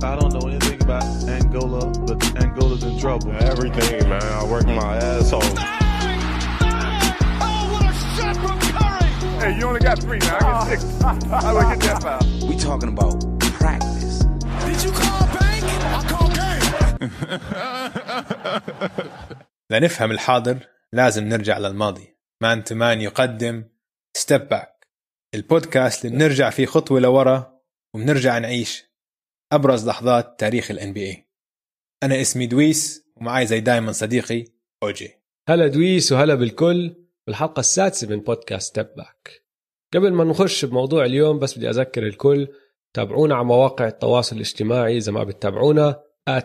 I don't know anything about Angola, but Angola's in trouble. Everything, man. I work my ass off. Oh, what a shot from Curry! Hey, you only got 3 now. I get 6. How do I get that foul? We talking about practice. Did you call bank? I call game. لنفهم الحاضر لازم نرجع للماضي. مان تمان يقدم ستيب باك، البودكاست اللي بنرجع فيه خطوة لورا وبنرجع نعيش أبرز لحظات تاريخ ال NBA. أنا اسمي دويس ومعاي زي دايما صديقي أوجي. هلا دويس وهلا بالكل بالحلقة السادسة من بودكاست ستيب باك. قبل ما نخش بموضوع اليوم بس بدي أذكر الكل تابعونا على مواقع التواصل الاجتماعي إذا ما بتتابعونا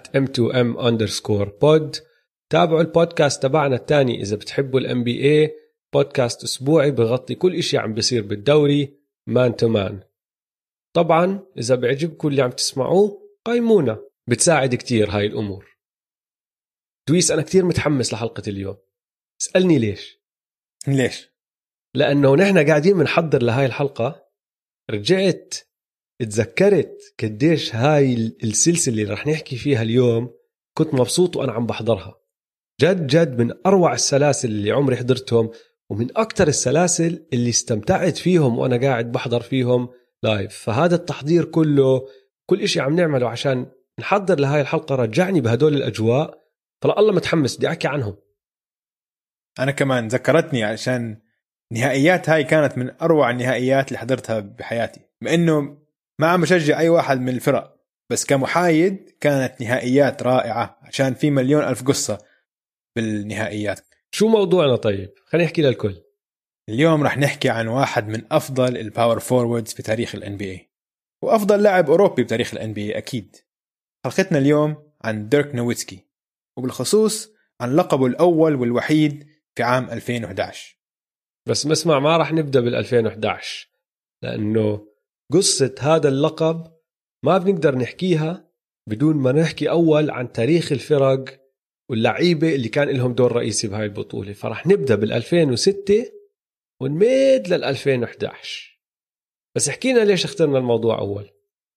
@m2m_pod. تابعوا البودكاست تبعنا التاني إذا بتحبوا ال NBA، بودكاست أسبوعي بغطي كل إشي عم بيصير بالدوري مان تو مان. طبعا إذا بيعجبكم اللي عم تسمعوه قيمونا، بتساعد كتير هاي الأمور. دويس أنا كتير متحمس لحلقة اليوم. اسألني ليش؟ لأنه نحن قاعدين بنحضر لهاي الحلقة، رجعت اتذكرت قديش هاي السلسلة اللي رح نحكي فيها اليوم كنت مبسوط وأنا عم بحضرها. جد من أروع السلاسل اللي عمري حضرتهم، ومن أكتر السلاسل اللي استمتعت فيهم وأنا قاعد بحضر فيهم لايف. فهذا التحضير كله، كل إشي عم نعمله عشان نحضر لهاي الحلقة رجعني بهدول الأجواء. فلا الله متحمس بدي أحكي عنهم. أنا كمان ذكرتني عشان نهائيات هاي كانت من أروع النهائيات اللي حضرتها بحياتي، مع إنه ما عم بشجع أي واحد من الفرق، بس كمحايد كانت نهائيات رائعة عشان في 1,000,000 قصة بالنهائيات. شو موضوعنا طيب؟ خليني أحكي للكل. اليوم رح نحكي عن واحد من أفضل الباور فوروردز في تاريخ ال NBA، وأفضل لاعب أوروبي بتاريخ ال NBA أكيد. حلقتنا اليوم عن ديرك نويتسكي، وبالخصوص عن لقبه الأول والوحيد في عام 2011. بس مسمع، ما رح نبدأ بال2011 لأنه قصة هذا اللقب ما بنقدر نحكيها بدون ما نحكي أول عن تاريخ الفرق واللعيبة اللي كان لهم دور رئيسي بهاي البطولة. فرح نبدأ بال2006 ونمد لل2011. بس احكينا ليش اخترنا الموضوع أول.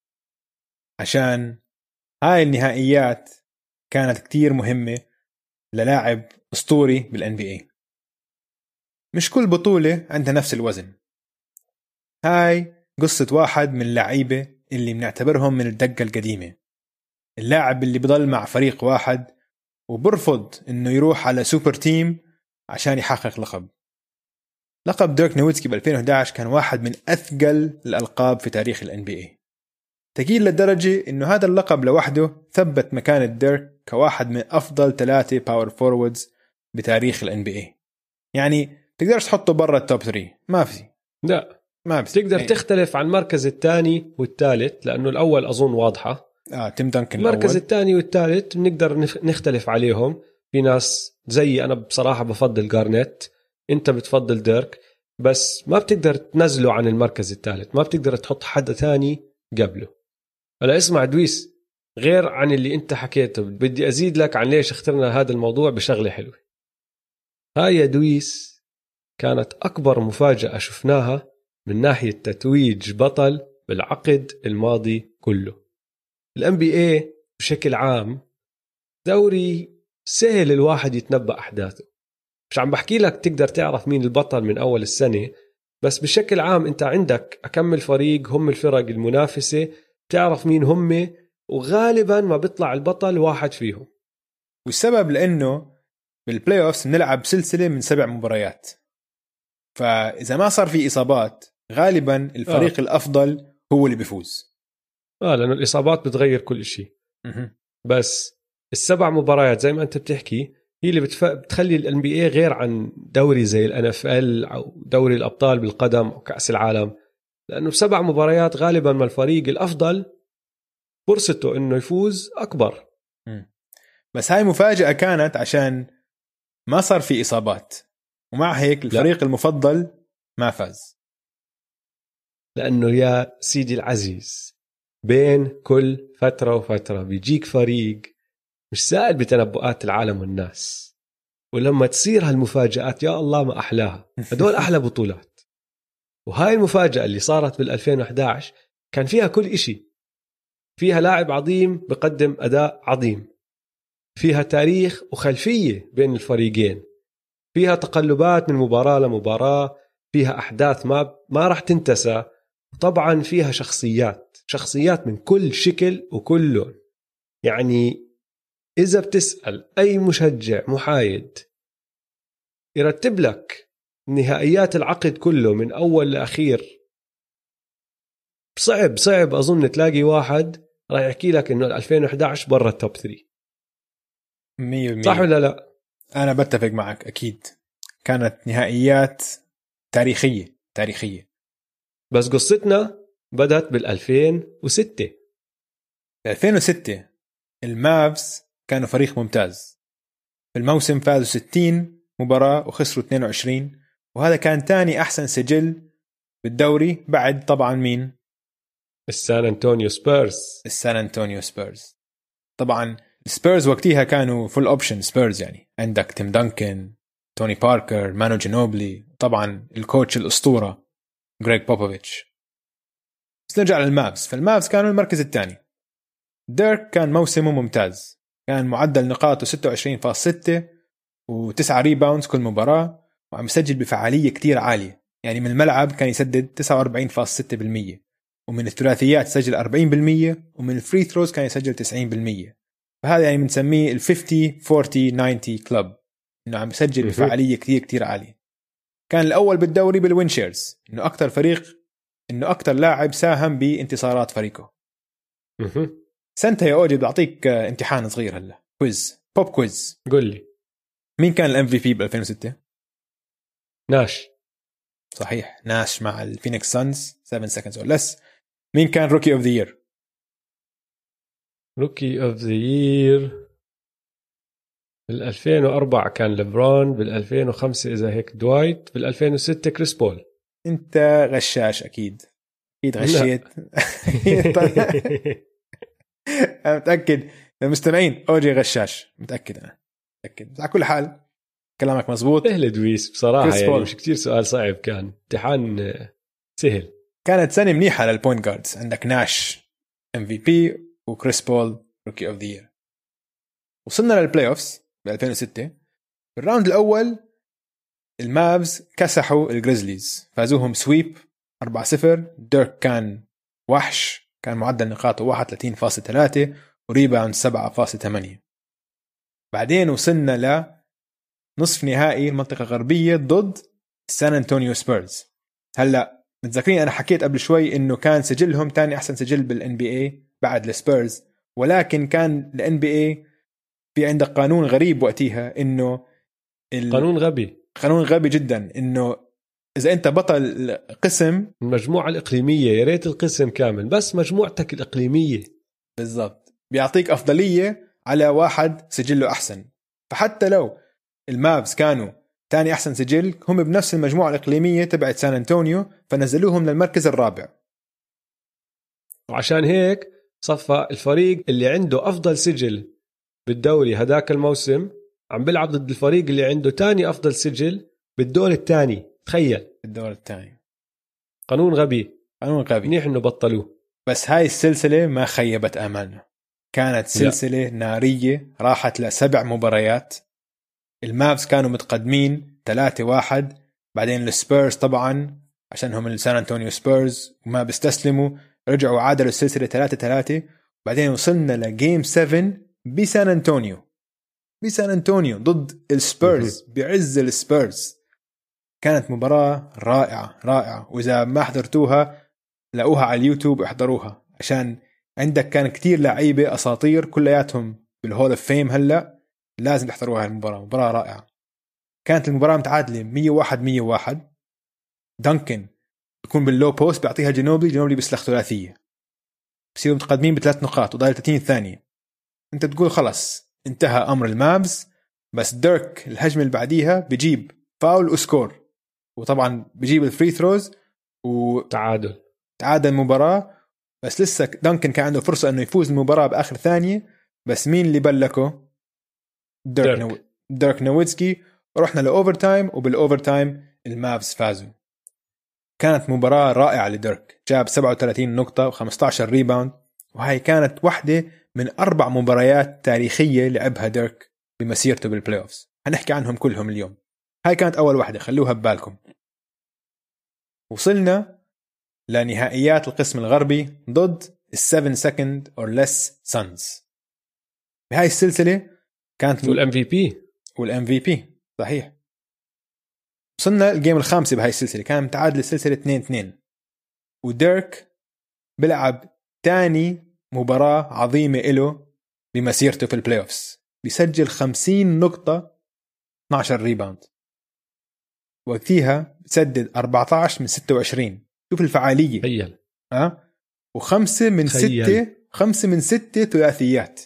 عشان هاي النهائيات كانت كتير مهمة للاعب أسطوري بالNBA. مش كل بطولة عندها نفس الوزن. هاي قصة واحد من اللعيبة اللي بنعتبرهم من الدقة القديمة، اللاعب اللي بضل مع فريق واحد وبرفض انه يروح على سوبر تيم عشان يحقق لقب. لقب ديرك نويتسكي ب2011 كان واحد من أثقل الألقاب في تاريخ ال NBA، ثقيل لدرجة انه هذا اللقب لوحده ثبت مكانة ديرك كواحد من أفضل 3 باور فوروردز بتاريخ ال NBA. يعني تقدرش تحطه برا التوب 3، ما في. لا ما في. تقدر تختلف عن المركز الثاني والثالث، لأنه الأول أظن واضحة. تيم دانكن المركز الثاني والثالث بنقدر نختلف عليهم. في ناس زي أنا بصراحة بفضل جارنيت، أنت بتفضل ديرك، بس ما بتقدر تنزله عن المركز الثالث، ما بتقدر تحط حدا ثاني قبله. هلا اسمع دويس، غير عن اللي أنت حكيته بدي أزيد لك عن ليش اخترنا هذا الموضوع بشغلة حلوة. هاي يا دويس كانت أكبر مفاجأة شفناها من ناحية تتويج بطل بالعقد الماضي كله. NBA بشكل عام دوري سهل الواحد يتنبأ أحداثه. مش عم بحكي لك تقدر تعرف مين البطل من أول السنة، بس بشكل عام أنت عندك أكمل فريق هم الفرق المنافسة، تعرف مين هم، وغالبا ما بيطلع البطل واحد فيهم. والسبب لأنه بالبلاي أوفس نلعب سلسلة من 7 مباريات، فإذا ما صار في إصابات غالبا الفريق الأفضل هو اللي بيفوز. لأنه الإصابات بتغير كل شيء. بس ال7 مباريات زي ما أنت بتحكي هي اللي بتخلي ال NBA غير عن دوري زي ال NFL أو دوري الأبطال بالقدم أو كأس العالم، لأنه ب7 مباريات غالبا ما الفريق الأفضل فرصته إنه يفوز أكبر. بس هاي مفاجأة كانت عشان ما صار في إصابات، ومع هيك الفريق المفضل ما فاز. لأنه يا سيدي العزيز بين كل فترة وفترة بيجيك فريق مش سائل بتنبؤات العالم والناس، ولما تصير هالمفاجآت يا الله ما أحلاها. هدول أحلى بطولات. وهاي المفاجأة اللي صارت بال2011 كان فيها كل إشي. فيها لاعب عظيم بقدم أداء عظيم، فيها تاريخ وخلفية بين الفريقين، فيها تقلبات من مباراة لمباراة، فيها أحداث ما راح تنتسى، طبعا فيها شخصيات من كل شكل وكل لون. يعني إذا بتسأل أي مشجع محايد يرتب لك نهائيات العقد كله من أول لأخير، صعب أظن تلاقي واحد راح يحكي لك إنه 2011 برا التوب 3. 100% صح ولا لا؟ أنا بتفق معك أكيد، كانت نهائيات تاريخية. بس قصتنا بدأت بال2006. 2006 المافز كانوا فريق ممتاز، في الموسم فازوا 60 مباراة وخسروا 22، وهذا كان تاني أحسن سجل بالدوري بعد طبعا مين؟ السان أنطونيو سبيرز. طبعا السبيرز وقتها كانوا فول اوبشن سبيرز، يعني عندك تيم دانكن، توني باركر، مانو جينوبلي، طبعا الكوتش الأسطورة غريغ بوبوفيتش. بس نرجع للمافز، فالمافز كانوا المركز الثاني. ديرك كان موسمه ممتاز، كان معدل نقاطه 26.6 و9 ريباوندز كل مباراة، وعم يسجل بفعالية كتير عالية، يعني من الملعب كان يسدد 49.6%، ومن الثلاثيات سجل 40%، ومن الفري ثروز كان يسجل 90%. فهذا يعني بنسميه ال 50-40-90 كلب، انه عم يسجل بفعالية كتير عالية. كان الأول بالدوري بالوين شيرز، انه أكتر لاعب ساهم بانتصارات فريقه. سنتها يا أوجي بعطيك امتحان صغير هلا، بوب كويز. قل لي مين كان الام في بي ب 2006؟ ناش. صحيح، ناش مع الفينيكس سانز 7 seconds or less. مين كان روكي اوف ذا يير؟ روكي اوف ذا يير بال2004 كان ليبرون، بال2005 اذا هيك دوايت، بال2006 كريس بول. انت غشاش اكيد غشيت. أنا متأكد المستمعين أوجي غشاش، متأكد. بس على كل حال كلامك مزبوط. سهل دويس بصراحة، يعني مش كتير سؤال صعب، كان امتحان سهل. كانت سنة منيحة للبوينت جاردز، عندك ناش MVP وكريس بول روكي اوف ذا يير. وصلنا للبلاي اوفز ب 2006. بالراوند الأول المافز كسحوا الجريزليز، فازوهم سويب 4-0. ديرك كان وحش، كان معدل نقاطه 31.3 وريباوند 7.8. بعدين وصلنا لنصف نهائي المنطقة الغربية ضد سان أنطونيو سبيرز. هلأ متذكرين أنا حكيت قبل شوي إنه كان سجلهم تاني أحسن سجل بالNBA بعد السبيرز، ولكن كان الNBA في عندك قانون غريب وقتها، إنه قانون غبي جدا، إنه إذا أنت بطل قسم المجموعة الإقليمية، يا ريت القسم كامل، بس مجموعتك الإقليمية بالضبط بيعطيك أفضلية على واحد سجله أحسن. فحتى لو المافز كانوا تاني أحسن سجل، هم بنفس المجموعة الإقليمية تبعت سان أنطونيو، فنزلوهم للمركز الرابع. وعشان هيك صفى الفريق اللي عنده أفضل سجل بالدوري هداك الموسم عم بيلعب ضد الفريق اللي عنده تاني أفضل سجل بالدور الثاني. تخيل، الدور الثاني. قانون غبي منيح إنه بطلوه. بس هاي السلسلة ما خيبت آمالنا، كانت سلسلة نارية، راحت ل7 مباريات. المافز كانوا متقدمين 3-1، بعدين السبيرز طبعا عشان هم السان أنطونيو سبيرز وما بيستسلموا، رجعوا عادلوا السلسلة 3-3. بعدين وصلنا لجيم 7 بسان أنطونيو ضد السبيرز بعز السبيرز. كانت مباراة رائعة، وإذا ما حضرتوها لقوها على اليوتيوب احضروها، عشان عندك كان كتير لعيبة أساطير كلياتهم بالهول اوف فيم. هلأ لازم تحضروها المباراة، مباراة رائعة. كانت المباراة متعادلة 101. دانكن بيكون باللو بوست بيعطيها جينوبلي بيسلخ ثلاثية، بصيروا متقدمين ب3 نقاط وضايل 30 ثانية. انت بتقول خلص انتهى أمر المابز، بس ديرك الهجمة اللي بعديها بيجيب فاول وسكور، وطبعا بيجيب الفري ثروز تعادل المباراة. بس لسه دانكن كان عنده فرصة انه يفوز المباراة بآخر ثانية، بس مين اللي بلكه؟ ديرك نويتسكي. ورحنا لأوفر تايم، وبالأوفر تايم المافز فازوا. كانت مباراة رائعة لديرك، جاب 37 نقطة و15 ريباوند، وهي كانت واحدة من 4 مباريات تاريخية لعبها ديرك بمسيرته بالبلاي أوفز. هنحكي عنهم كلهم اليوم. هاي كانت أول واحدة، خلوها ببالكم. وصلنا لنهائيات القسم الغربي ضد 7 second or less Suns. بهاي السلسلة كانت والMVP صحيح. وصلنا الجيم الخامسة بهاي السلسلة، كان متعادل السلسلة 2-2، وديرك بلعب تاني مباراة عظيمة إله بمسيرته في البلاي أوفز، بيسجل 50 نقطة 12 ريباوند، وقتها بسدد 14 من 26. شوف الفعالية. خيال. وخمسة من ستة ثلاثيات.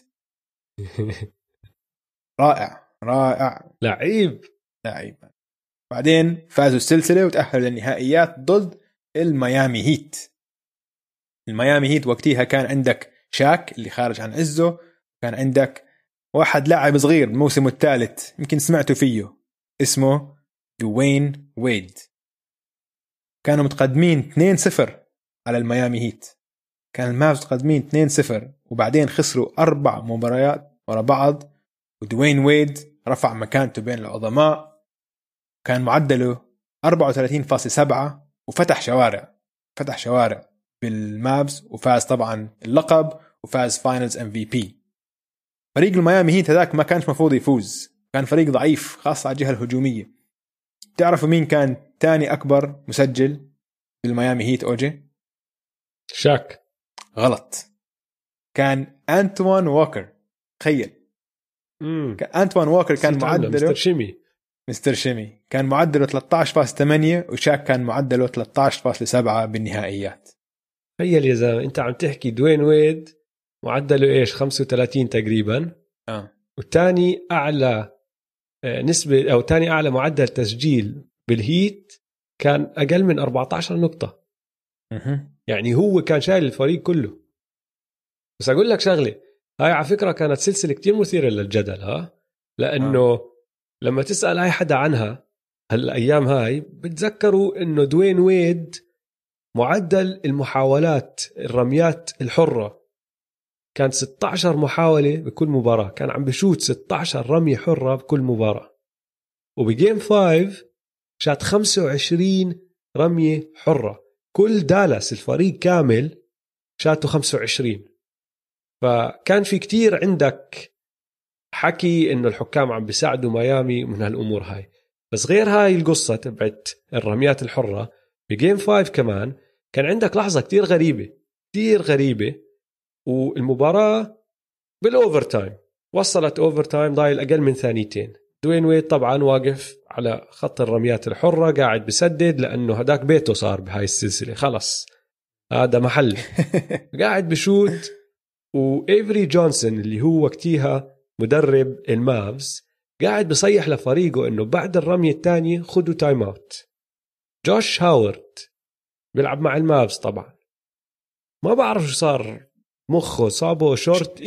رائع لعيب. بعدين فازوا السلسلة وتأهلوا للنهائيات ضد الميامي هيت. وقتها كان عندك شاك اللي خارج عن عزه، كان عندك واحد لاعب صغير الموسم الثالث يمكن سمعتوا فيه، اسمه دوين ويد. كانوا متقدمين 2-0 على الميامي هيت، كان المافز متقدمين 2-0 وبعدين خسروا 4 مباريات ورا بعض، ودوين ويد رفع مكانته بين العظماء. كان معدله 34.7 وفتح شوارع بالمابس، وفاز طبعا اللقب وفاز فاينلز MVP. فريق الميامي هيت هذاك ما كانش مفروض يفوز، كان فريق ضعيف خاصة على الجهة الهجومية. تعرفوا مين كان تاني أكبر مسجل بالميامي هيت أوجي؟ شاك. غلط، كان أنتوان ووكر. تخيل. أنتوان ووكر كان معدله مستر شيمي كان معدله 13.8 وشاك كان معدله 13.7 بالنهائيات. تخيل يا زلمة، انت عم تحكي دوين ويد معدله ايش 35 تقريبا، والتاني اعلى نسبة او تاني اعلى معدل تسجيل بالهيت كان اقل من 14 نقطة. يعني هو كان شايل الفريق كله. بس اقول لك شغلة، هاي على فكرة كانت سلسلة كتير مثيرة للجدل، لانه لما تسأل اي حدا عنها هالايام هاي بتذكروا انه دوين ويد معدل المحاولات الرميات الحرة كان 16 محاولة بكل مباراة، كان عم بشوت 16 رمية حرة بكل مباراة. وبجيم 5 شات 25 رمية حرة، كل دالاس الفريق كامل شاتوا 25. فكان في كتير عندك حكي انه الحكام عم بيساعدوا ميامي من هالامور هاي. بس غير هاي القصة تبعت الرميات الحرة، بجيم 5 كمان كان عندك لحظة كتير غريبة، والمباراة بالأوفر تايم وصلت أوفر تايم ضايل أقل من 2 ثانية. دوين ويد طبعا واقف على خط الرميات الحرة قاعد بسدد، لأنه هداك بيته صار بهاي السلسلة، خلص هذا محل قاعد بشوت. وإيفري جونسون اللي هو وقتها مدرب المافز قاعد بصيح لفريقه إنه بعد الرمية الثانية خدوا تايم اوت. جوش هاورد بيلعب مع المافز طبعا، ما بعرف شو صار، مخه صابه شورت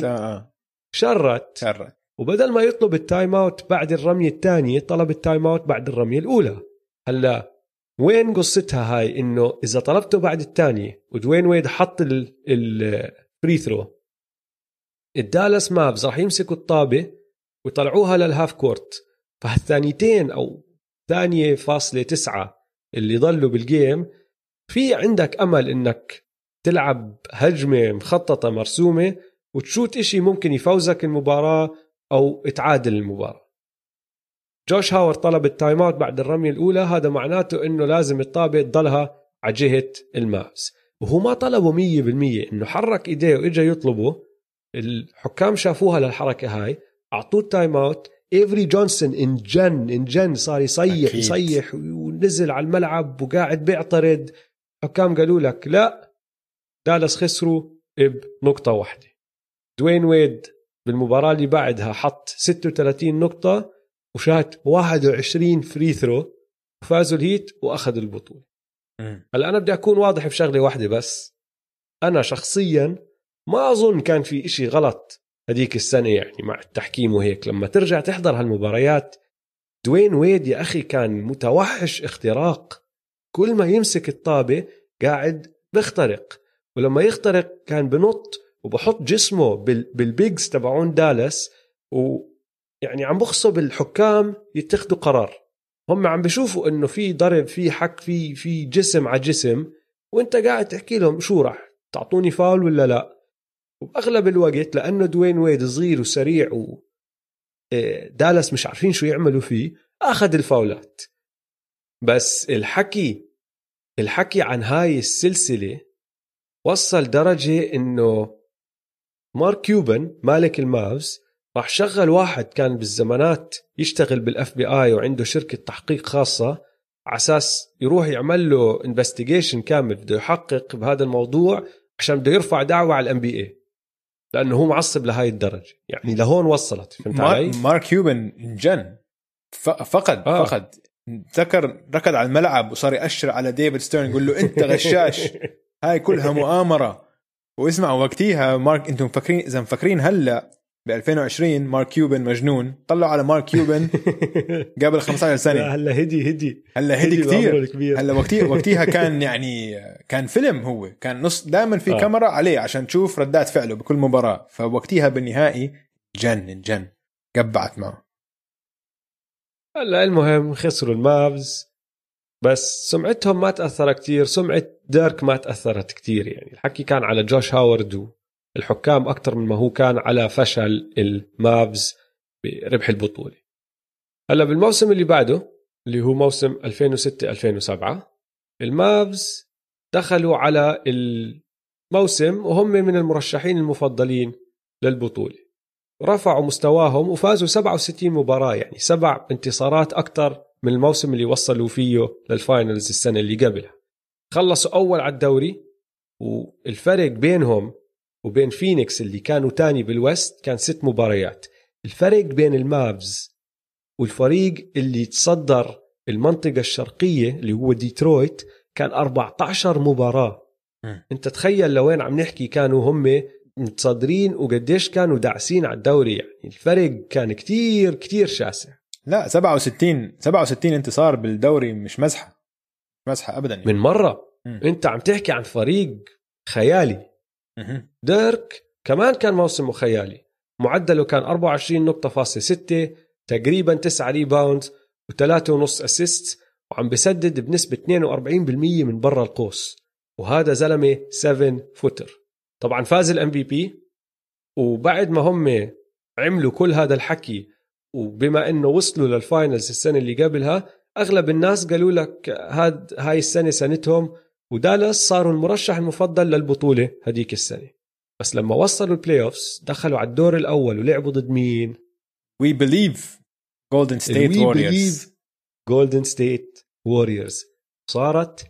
شرت وبدل ما يطلب التايم اوت بعد الرمية الثانية طلب التايم اوت بعد الرمية الأولى. هلا وين قصتها هاي؟ إنه إذا طلبته بعد الثانية ودوين ويد حط الفري ثرو، الدالاس مافز راح يمسكوا الطابة ويطلعوها للهاف كورت، فهالثانيتين أو 2.9 اللي ضلوا بالجيم في عندك أمل إنك تلعب هجمة مخططة مرسومة وتشوت إشي ممكن يفوزك المباراة أو تعادل المباراة. جوش هاورد طلب التايم اوت بعد الرمية الأولى، هذا معناته إنه لازم الطابة تضلها على جهة المافز، وهو ما طلبه 100%، إنه حرك إيديه وإجا يطلبه. الحكام شافوها للحركة هاي، أعطوه التايم اوت. إيفري جونسون إنجن صار يصيح ونزل على الملعب وقاعد بيعترض. حكام قالوا لك لا، دالاس خسروا بنقطة واحدة. دوين ويد بالمباراة اللي بعدها حط 36 نقطة وشات 21 فري ثرو وفازوا الهيت وأخذوا البطولة. هلا أنا بدي أكون واضح بشغلة واحدة بس، أنا شخصيا ما أظن كان في إشي غلط هديك السنة يعني مع التحكيم وهيك. لما ترجع تحضر هالمباريات دوين ويد يا أخي كان متوحش اختراق، كل ما يمسك الطابة قاعد بيخترق. ولما يخترق كان بنط وبحط جسمه بالبيجز تبعون دالاس، ويعني عم بخصب الحكام يتخذوا قرار. هم عم بيشوفوا انه في ضرب، في حك، في جسم على جسم، وانت قاعد تحكي لهم شو راح تعطوني فاول ولا لا. وبأغلب الوقت لأنه دوين ويد صغير وسريع ودالاس مش عارفين شو يعملوا فيه، أخذ الفاولات. بس الحكي عن هاي السلسلة وصل درجة إنه مارك كيوبن مالك المافز راح شغل واحد كان بالزمانات يشتغل بالاف بي اي وعنده شركة تحقيق خاصة على أساس يروح يعمل له انفستيجيشن كامل، بده يحقق بهذا الموضوع عشان بده يرفع دعوة على الام بي اي، لأنه هو معصب لهاي الدرجة. يعني لهون وصلت. فهمت علي؟ مارك كيوبن انجن، فقد ذكر ركض على الملعب وصار يأشر على ديفيد ستيرن يقول له انت غشاش، هاي كلها مؤامرة. واسمعوا وقتيها مارك، انتم فاكرين اذا مفكرين هلا ب 2020 مارك كيوبن مجنون، طلعوا على مارك كيوبن قبل 15 سنة. هلا هدي كتير. هلا وقتيها كان يعني كان فيلم، هو كان نص دائما في كاميرا عليه عشان تشوف ردات فعله بكل مباراة. فوقتيها بالنهائي جن قبعت معه. هلا المهم خسروا المافز، بس سمعتهم ما تأثر كتير، سمعة ديرك ما تأثرت كتير. يعني الحكي كان على جوش هاورد والحكام أكتر من ما هو كان على فشل المافز بربح البطولة. هلا بالموسم اللي بعده اللي هو موسم 2006-2007 المافز دخلوا على الموسم وهم من المرشحين المفضلين للبطولة، رفعوا مستواهم وفازوا 67 مباراة، يعني 7 انتصارات أكتر من الموسم اللي وصلوا فيه للفاينلز السنة اللي قبلها. خلصوا أول على الدوري، والفرق بينهم وبين فينيكس اللي كانوا تاني بالوست كان 6 مباريات. الفرق بين المافز والفريق اللي تصدر المنطقة الشرقية اللي هو ديترويت كان 14 مباراة. انت تخيل لوين عم نحكي كانوا هم متصدرين وقديش كانوا داعسين على الدوري. يعني الفرق كان كتير كتير شاسع. لا 67 انتصار بالدوري مش مزحة أبدا يعني. من مرة انت عم تحكي عن فريق خيالي. ديرك كمان كان موسمه خيالي، معدله كان 24.6، تقريبا 9 ريباوند و3.5 اسيست، وعم بسدد بنسبة 42% من برا القوس، وهذا زلمة 7 فوتر. طبعا فاز الام بي بي. وبعد ما هم عملوا كل هذا الحكي وبما انه وصلوا للفاينلز السنة اللي قبلها، اغلب الناس قالوا لك هاي السنة سنتهم، ودالاس صاروا المرشح المفضل للبطولة هديك السنة. بس لما وصلوا البلاي اوفز دخلوا على الدور الاول ولعبوا ضد مين؟ We believe Golden State Warriors. Golden State Warriors. صارت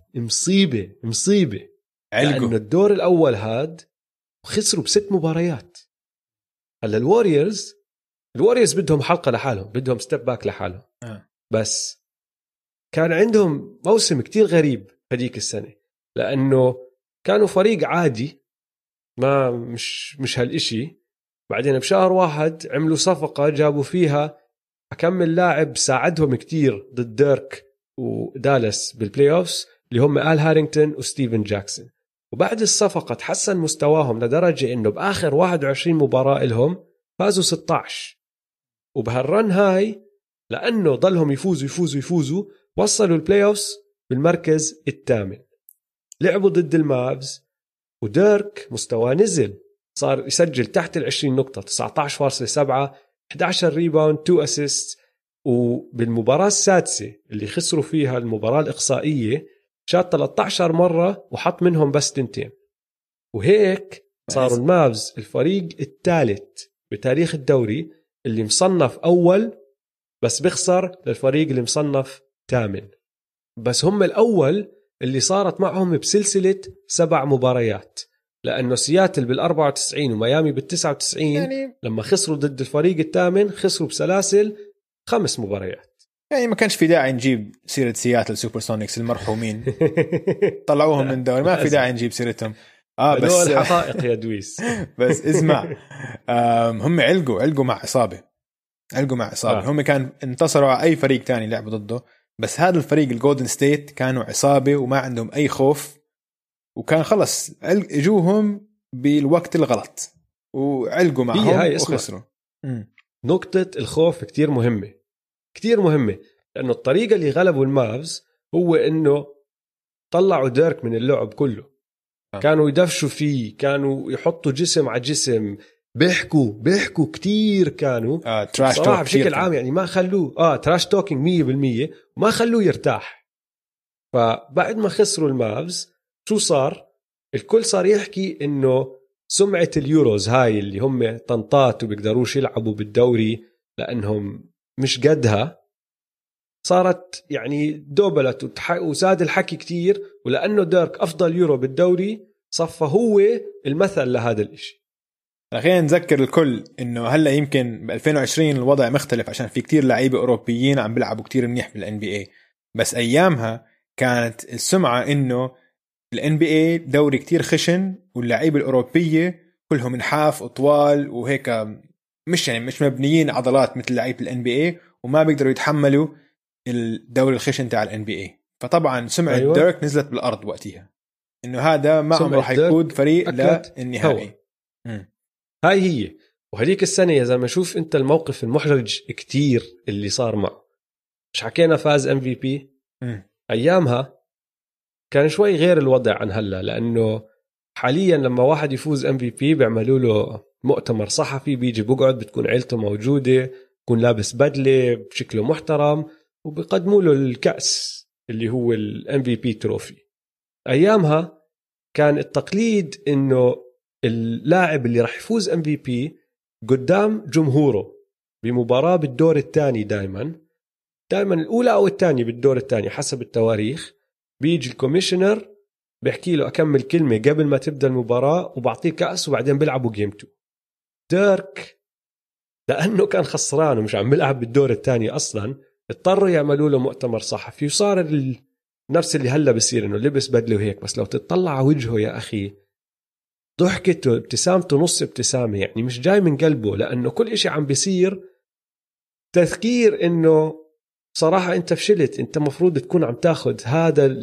مصيبة لأنه الدور الأول هاد وخسروا ب6 مباريات. هلا الواريورز بدهم حلقة لحالهم، بدهم ستيب باك لحالهم. بس كان عندهم موسم كتير غريب هديك السنة، لأنه كانوا فريق عادي ما مش هالإشي. بعدين بشهر 1 عملوا صفقة جابوا فيها أكمل لاعب ساعدهم كتير ضد ديرك ودالاس بالبلاي أوفس اللي هم آل هارينغتون وستيفن جاكسون. وبعد الصفقة تحسن مستواهم لدرجة إنه بآخر 21 مباراة لهم فازوا 16. وبهالرن هاي لأنه ضلهم يفوزوا وصلوا البلاي أوفس بالمركز الثامن. لعبوا ضد المافز وديرك مستوى نزل، صار يسجل تحت 20 نقطة، 19.7، 11 ريباوند، 2 أسيست. وبالمباراة السادسة اللي خسروا فيها المباراة الإقصائية شات 13 مرة وحط منهم بس 2. وهيك صاروا المافز الفريق الثالث بتاريخ الدوري اللي مصنف أول بس بيخسر للفريق اللي مصنف 8. بس هم الأول اللي صارت معهم بسلسلة 7 مباريات، لأنه سياتل بال94 وميامي بال99 يعني لما خسروا ضد الفريق الثامن خسروا بسلاسل 5 مباريات. يعني ما كانش في داعي نجيب سيرة سياتل سوبرسونيكس المرحومين طلعوهم من الدوري، ما في داعي نجيب سيرتهم. بس حقائق يا دويس. بس اسمع، هم علقوا مع إصابة. هم كان انتصروا على أي فريق تاني لعبوا ضده، بس هذا الفريق الجولدن ستيت كانوا عصابة وما عندهم أي خوف وكان خلص اجوهم بالوقت الغلط وعلقوا معهم وخسروا. نقطة الخوف كتير مهمة، كتير مهمة، لأنه الطريقة اللي غلبوا المافز هو إنه طلعوا ديرك من اللعب كله. كانوا يدفشوا فيه، كانوا يحطوا جسم على جسم، بيحكوا كتير، كانوا تراش صراحة بشكل عام يعني ما خلوه تراش توكينج 100%، وما خلوه يرتاح. فبعد ما خسروا المافز شو صار؟ الكل صار يحكي إنه سمعة اليوروز هاي اللي هم طنطات وبيقدروش يلعبوا بالدوري لأنهم مش قدها، صارت يعني دوبلت وزاد الحكي كتير. ولأنه ديرك أفضل يورو بالدوري صفى هو المثل لهذا الإشي. خلينا نذكر الكل إنه هلأ يمكن ب 2020 الوضع مختلف عشان في كتير لعيبة أوروبيين عم بيلعبوا كتير منيح بالان بي اي، بس أيامها كانت السمعة إنه الان بي اي دوري كتير خشن واللعيبة الأوروبية كلهم نحاف وطوال وهيك، مش مبنيين عضلات مثل لعيبة الان بي اي، وما بيقدروا يتحملوا الدوري الخشن تاع الان بي اي. فطبعا سمعة ديرك نزلت بالأرض وقتها، إنه هذا ما عمره حيقود فريق للنهائي. هاي هي. وهديك السنة يا زلمة شوف أنت الموقف المحرج كتير اللي صار معه. مش حكينا فاز MVP؟ أيامها كان شوي غير الوضع عن هلا، لأنه حاليا لما واحد يفوز MVP بيعملوا له مؤتمر صحفي، بيجي بقعد، بتكون عيلته موجودة، بيكون لابس بدلة بشكله محترم، وبيقدموا له الكأس اللي هو ال MVP تروفي. أيامها كان التقليد إنه اللاعب اللي راح يفوز MVP قدام جمهوره بمباراة بالدور الثاني، دايما الأولى أو الثانية بالدور الثاني حسب التواريخ، بيجي الكوميشنر بيحكي له أكمل كلمة قبل ما تبدأ المباراة وبعطيه كأس وبعدين بيلعبوا جيمتو. ديرك لأنه كان خسران ومش عم بيلعب بالدور الثاني أصلا، اضطروا يعملوا له مؤتمر صحفي، وصار نفس اللي هلا بصير إنه لبس بدله وهيك. بس لو تطلع على وجهه يا أخي ضحكته، ابتسامته نص ابتسامة، يعني مش جاي من قلبه، لأنه كل إشي عم بيصير تذكير إنه صراحة أنت فشلت، أنت مفروض تكون عم تاخد هذا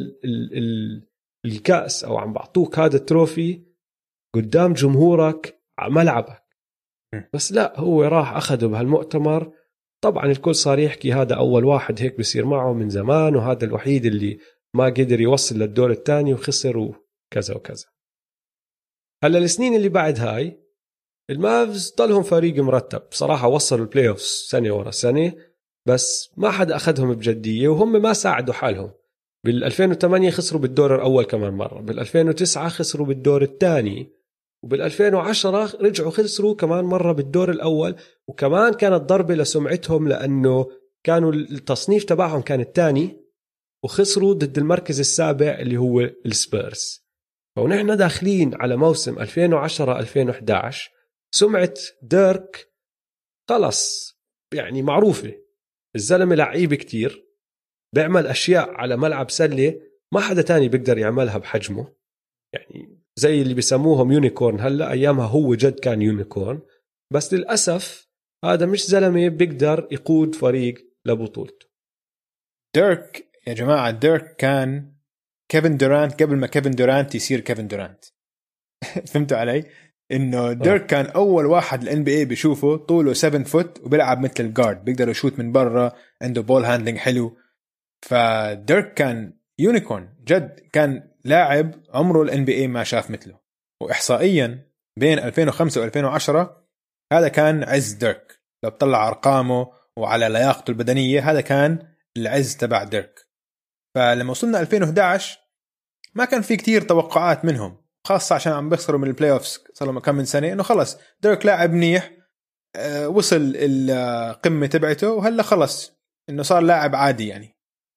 الكأس أو عم بعطوك هذا التروفي قدام جمهورك على ملعبك. بس لا، هو راح أخده بهالمؤتمر. طبعا الكل صار يحكي هذا أول واحد هيك بيصير معه من زمان، وهذا الوحيد اللي ما قدر يوصل للدور الثاني وخسر وكذا وكذا. هلا السنين اللي بعد هاي المافز ضلهم فريق مرتب صراحة، وصلوا البلاي اوف سنة ورا سنة، بس ما حدا أخذهم بجدية، وهم ما ساعدوا حالهم. بال2008 خسروا بالدور الأول كمان مرة، بال2009 خسروا بالدور الثاني، وبال2010 رجعوا خسروا كمان مرة بالدور الأول. وكمان كانت ضربة لسمعتهم، لأنه كانوا التصنيف تبعهم كان الثاني وخسروا ضد المركز السابع اللي هو السبيرز. ونحن داخلين على موسم 2010-2011، سمعة ديرك خلص يعني معروفة، الزلمة لعيب كتير، بيعمل أشياء على ملعب سلة ما حدا تاني بيقدر يعملها بحجمه، يعني زي اللي بيسموهم يونيكورن. هلأ أيامها هو جد كان يونيكورن، بس للأسف هذا مش زلمة بيقدر يقود فريق لبطولته. ديرك يا جماعة، ديرك كان كيفن دورانت قبل ما كيفن دورانت يصير كيفن دورانت. فهمتوا علي؟ إنه ديرك كان أول واحد الان بي اي بيشوفه طوله 7 فوت وبيلعب مثل الجارد، بيقدر يشوت من برا، عنده بول هاندلنج حلو. فديرك كان يونيكورن جد، كان لاعب عمره الان بي اي ما شاف مثله. وإحصائيا بين 2005 و2010 هذا كان عز ديرك، لو بطلع أرقامه وعلى لياقته البدنية هذا كان العز تبع ديرك. فلما وصلنا 2011 ما كان في كتير توقعات منهم، خاصة عشان عم بيخسروا من البلاي اوفز صار لهم كم من سنة، إنه خلص ديرك لاعب منيح، وصل القمة تبعته وهلا خلص إنه صار لاعب عادي يعني.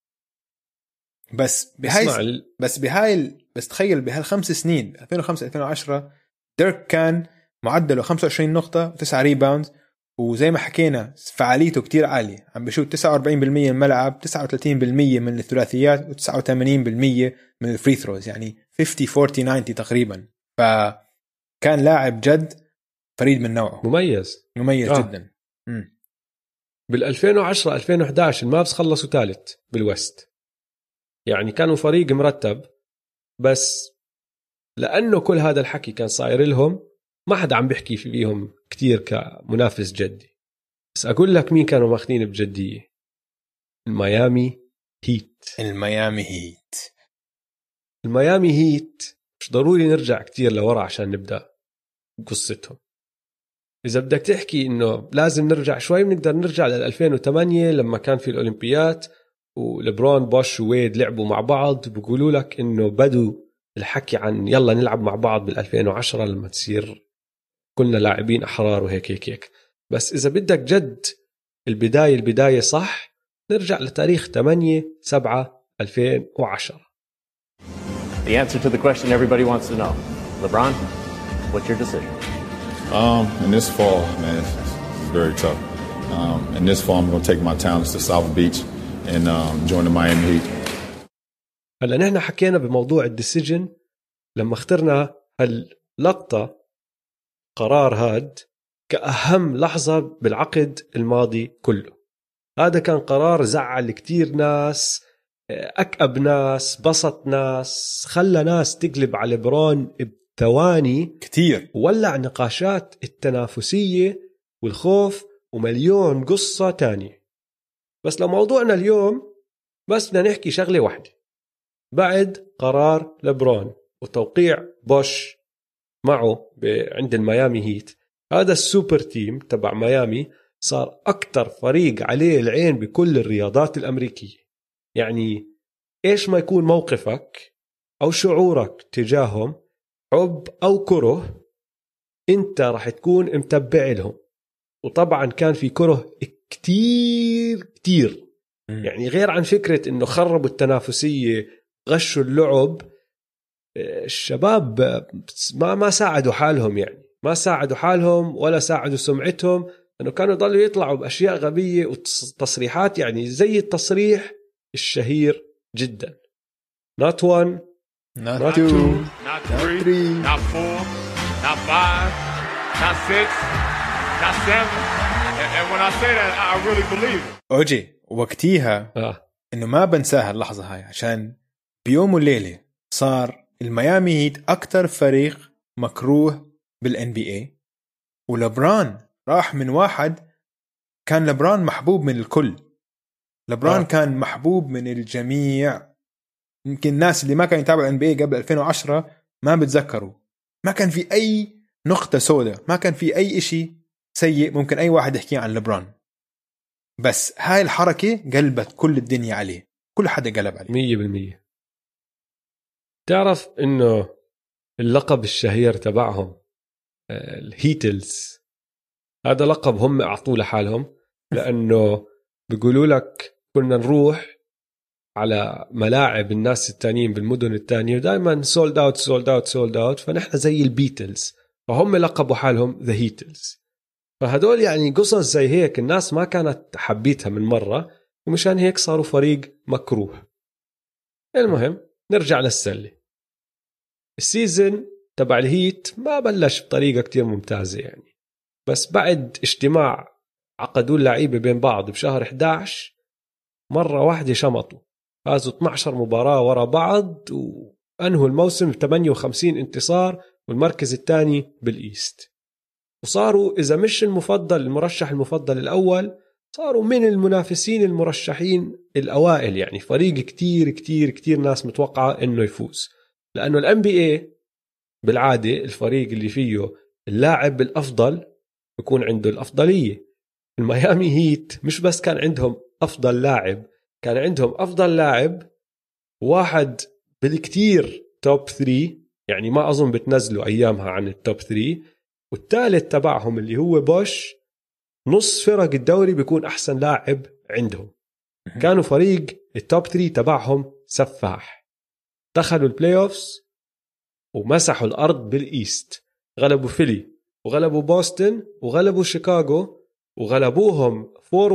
بس تخيل بهالخمس سنين 2005-2010 ديرك كان معدله 25 نقطة و9 ريباوند، وزي ما حكينا فعاليته كتير عالية، عم بشوت 49% من الملعب، 39% من الثلاثيات، و89% من الفري ثروز، يعني 50-40-90 تقريبا. فكان لاعب جد فريد من نوعه، مميز جدا. بال2010-2011 المافز خلصوا ثالث بالوست، يعني كانوا فريق مرتب، بس لأنه كل هذا الحكي كان صاير لهم ما حدا عم بيحكي فيهم كتير كمنافس جدي. بس أقول لك مين كانوا ماخدين بجدية؟ الميامي هيت. الميامي هيت مش ضروري نرجع كتير لورا عشان نبدأ قصتهم. إذا بدك تحكي إنه لازم نرجع شوي بنقدر نرجع ل 2008 لما كان في الأولمبيات وليبرون بوش وويد لعبوا مع بعض. بيقولوا لك إنه بدوا الحكي عن يلا نلعب مع بعض بال 2010 لما تصير كلنا لاعبين أحرار وهيك. بس إذا بدك جد البداية صح نرجع لتاريخ 8/7/2010. The answer to the question everybody wants to know. LeBron, what's your decision? In this fall, man, it's very tough. In this fall, I'm going to take my talents to South Beach and join the Miami Heat. هلا نحن حكينا بموضوع الديسيجن لما اخترنا هاللقطة قرار هاد كأهم لحظة بالعقد الماضي كله. هذا كان قرار زعل كتير ناس، أكأب ناس، بسط ناس، خلى ناس تقلب على ليبرون بثواني كتير، ولع نقاشات التنافسية والخوف ومليون قصة تانية. بس لموضوعنا اليوم بس بدنا نحكي شغلة واحدة. بعد قرار ليبرون وتوقيع بوش معه عند الميامي هيت، هذا السوبر تيم تبع ميامي صار أكتر فريق عليه العين بكل الرياضات الأمريكية. يعني إيش ما يكون موقفك أو شعورك تجاههم، حب أو كره، أنت رح تكون متبع لهم. وطبعا كان في كره كتير يعني غير عن فكرة إنه خربوا التنافسية، غشوا اللعب، الشباب ما ساعدوا حالهم، يعني ما ساعدوا حالهم ولا ساعدوا سمعتهم، لأنه كانوا يضلوا يطلعوا بأشياء غبية وتصريحات، يعني زي التصريح الشهير جدا: not one, not two, Not three, not four, not five, not six, not seven. And when I say that, I really believe it. أوجي وقتيها إنه ما بنساها اللحظة هاي، عشان بيوم وليلة صار الميامي هيت أكتر فريق مكروه بالNBA، ولبران راح من واحد كان لبران محبوب من الكل. لبران كان محبوب من الجميع. يمكن الناس اللي ما كانوا يتابعوا NBA قبل 2010 ما بتذكروا، ما كان في أي نقطة سوداء، ما كان في أي إشي سيء ممكن أي واحد يحكي عن لبران. بس هاي الحركة قلبت كل الدنيا عليه، كل حدا قلب عليه 100%. تعرف إنه اللقب الشهير تبعهم الهيتلز، هذا لقب هم أعطوه لحالهم، لأنه بيقولوا لك كنا نروح على ملاعب الناس التانيين بالمدن التانية ودائما سولد اوت، فنحن زي البيتلز، فهم لقبوا حالهم ذا هيتلز. فهدول يعني قصص زي هيك الناس ما كانت حبيتها من مرة، ومشان هيك صاروا فريق مكروه. المهم نرجع للسلة. السيزن تبع الهيت ما بلش بطريقة كتير ممتازة يعني، بس بعد اجتماع عقدوا اللعيبة بين بعض بشهر 11 مرة واحدة شمطوا، فازوا 12 مباراة ورا بعض وأنهوا الموسم ب 58 انتصار والمركز الثاني بالإيست، وصاروا إذا مش المرشح المفضل الأول صاروا من المنافسين المرشحين الأوائل. يعني فريق كتير كتير كتير ناس متوقعة إنه يفوز، لأنه الNBA بالعادة الفريق اللي فيه اللاعب الأفضل يكون عنده الأفضلية. الميامي هيت مش بس كان عندهم أفضل لاعب، كان عندهم أفضل لاعب واحد بالكتير توب 3، يعني ما أظن بتنزلوا أيامها عن التوب 3، والثالث تبعهم اللي هو بوش نص فرق الدوري بيكون أحسن لاعب عندهم. كانوا فريق التوب 3 تبعهم سفاح، دخلوا البلاي أوفس ومسحوا الأرض بالإيست، غلبوا فيلي وغلبوا بوسطن وغلبوا شيكاغو وغلبوهم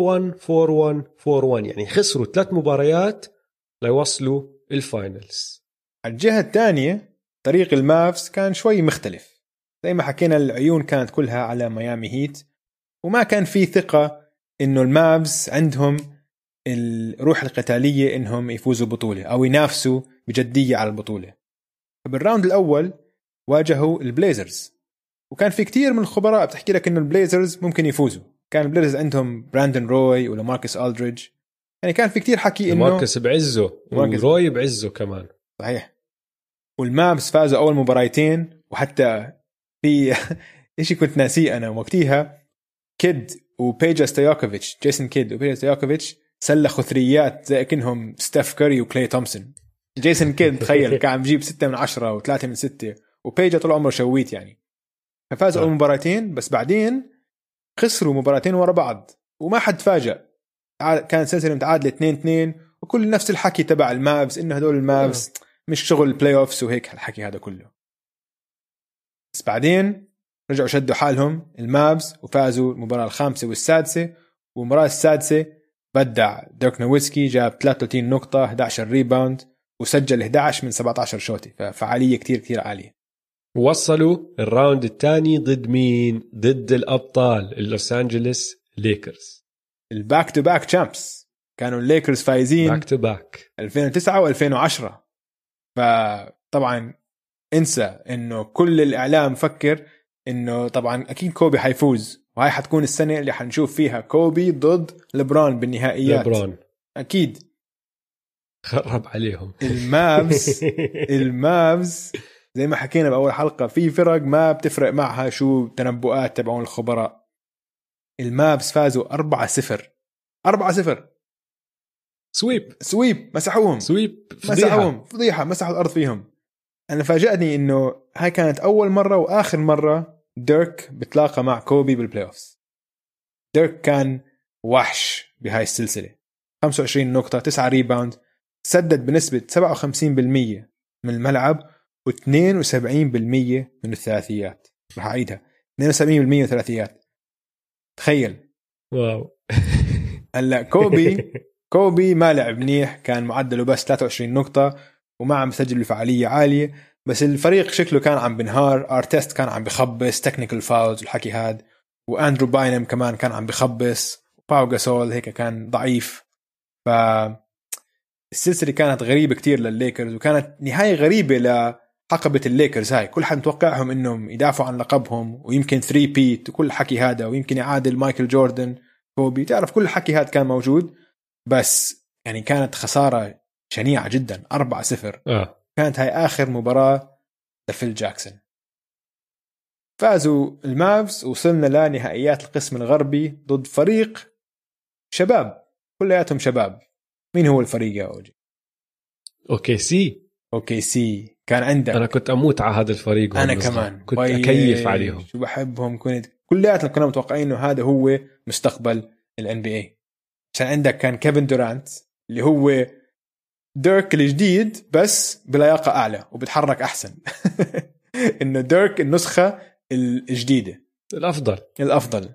4-1 يعني خسروا 3 مباريات ليوصلوا الفاينلز. على الجهة الثانية طريق المافس كان شوي مختلف، زي ما حكينا العيون كانت كلها على ميامي هيت، وما كان في ثقة إنه المافس عندهم الروح القتالية إنهم يفوزوا بطولة أو ينافسوا بجدية على البطولة. فبالراوند الأول واجهوا البليزرز، وكان في كتير من الخبراء بتحكي لك إنه البليزرز ممكن يفوزوا. كان البليزرز عندهم براندن روي ولا ماركس ألدريدج، يعني كان في كتير حكي إنه ماركس بعزه وروي بعزه كمان. صحيح. والمابس فازوا أول مباراتين، وحتى في إشي كنت ناسيه أنا وقتها، كيد وبيجا ستياكوفيتش، جيسون كيد وبيجا ستياكوفيتش سلخوا ثريات زي كأنهم ستيف كاري وكلاي تومسون. جيسون كيد تخيل كان عم جيب 6 من 10 و3 من 6، وبيجا طول عمره شويت يعني. ففازوا أول مباراتين، بس بعدين خسروا مباراتين ورا بعض وما حد فاجأ. كان سلسلة متعادلة 2-2، وكل نفس الحكي تبع المابس إنه هدول المابس مش شغل بلاي أوفس وهيك الحكي هذا كله. بس بعدين رجعوا شدوا حالهم المابس وفازوا المباراة الخامسة والسادسة. والمباراة السادسة بدع ديرك نويتسكي، جاب 33 نقطة 11 ريباوند وسجل 11 من 17 شوطة، ففعالية كتير عالية. وصلوا الراوند الثاني ضد مين؟ ضد الأبطال اللوس أنجلوس ليكرز، الباك تو باك تشامبس. كانوا الليكرز فايزين باك تو باك 2009 و2010. فطبعا انسى انه كل الاعلام فكر انه طبعا اكيد كوبي حيفوز، وهي حتكون السنه اللي حنشوف فيها كوبي ضد لبران بالنهائيات. لبران اكيد خرب عليهم. المافز زي ما حكينا باول حلقه، في فرق ما بتفرق معها شو تنبؤات تبعون الخبراء. المافز فازوا 4-0 سويب، مسحوهم فضيحه، مسحوا الارض فيهم. أنا فاجأني إنه هاي كانت أول مرة وآخر مرة ديرك بتلاقى مع كوبي بالبلاي أوفس. ديرك كان وحش بهاي السلسلة، 25 نقطة 9 ريباوند، سدد بنسبة 57% من الملعب و72% من الثلاثيات. رح أعيدها، 72% ثلاثيات. تخيل. واو. هلا كوبي ما لعب منيح، كان معدله بس 23 نقطة وما عم يسجل بفعالية عالية، بس الفريق شكله كان عم بنهار. ارتست كان عم بخبص تكنيكال فاولز والحكي هاد، واندرو باينم كمان كان عم بخبص، وباو غاسول هيك كان ضعيف. فالسلسلة كانت غريبة كتير للليكرز، وكانت نهاية غريبة لحقبة الليكرز. هاي كل حد متوقعهم انهم يدافعوا عن لقبهم، ويمكن 3 بيت وكل الحكي هذا، ويمكن يعادل مايكل جوردن كوبي، تعرف كل الحكي هذا كان موجود. بس يعني كانت خسارة شنيعة جدا، 4-0. كانت هاي آخر مباراة لفيل جاكسون. فازوا المافز، وصلنا لنهائيات القسم الغربي ضد فريق شباب، كلياتهم شباب. مين هو الفريق يا أوجي؟ أوكي سي. كان عندك، أنا كنت أموت على هذا الفريق، أنا كمان كنت أكيف عليهم، شو بحبهم. كلياتنا كنا متوقعين إنه هذا هو مستقبل NBA، عشان عندك كان كيفن دورانت اللي هو ديرك الجديد بس بلياقة أعلى وبتحرك أحسن. إنه ديرك النسخة الجديدة الأفضل.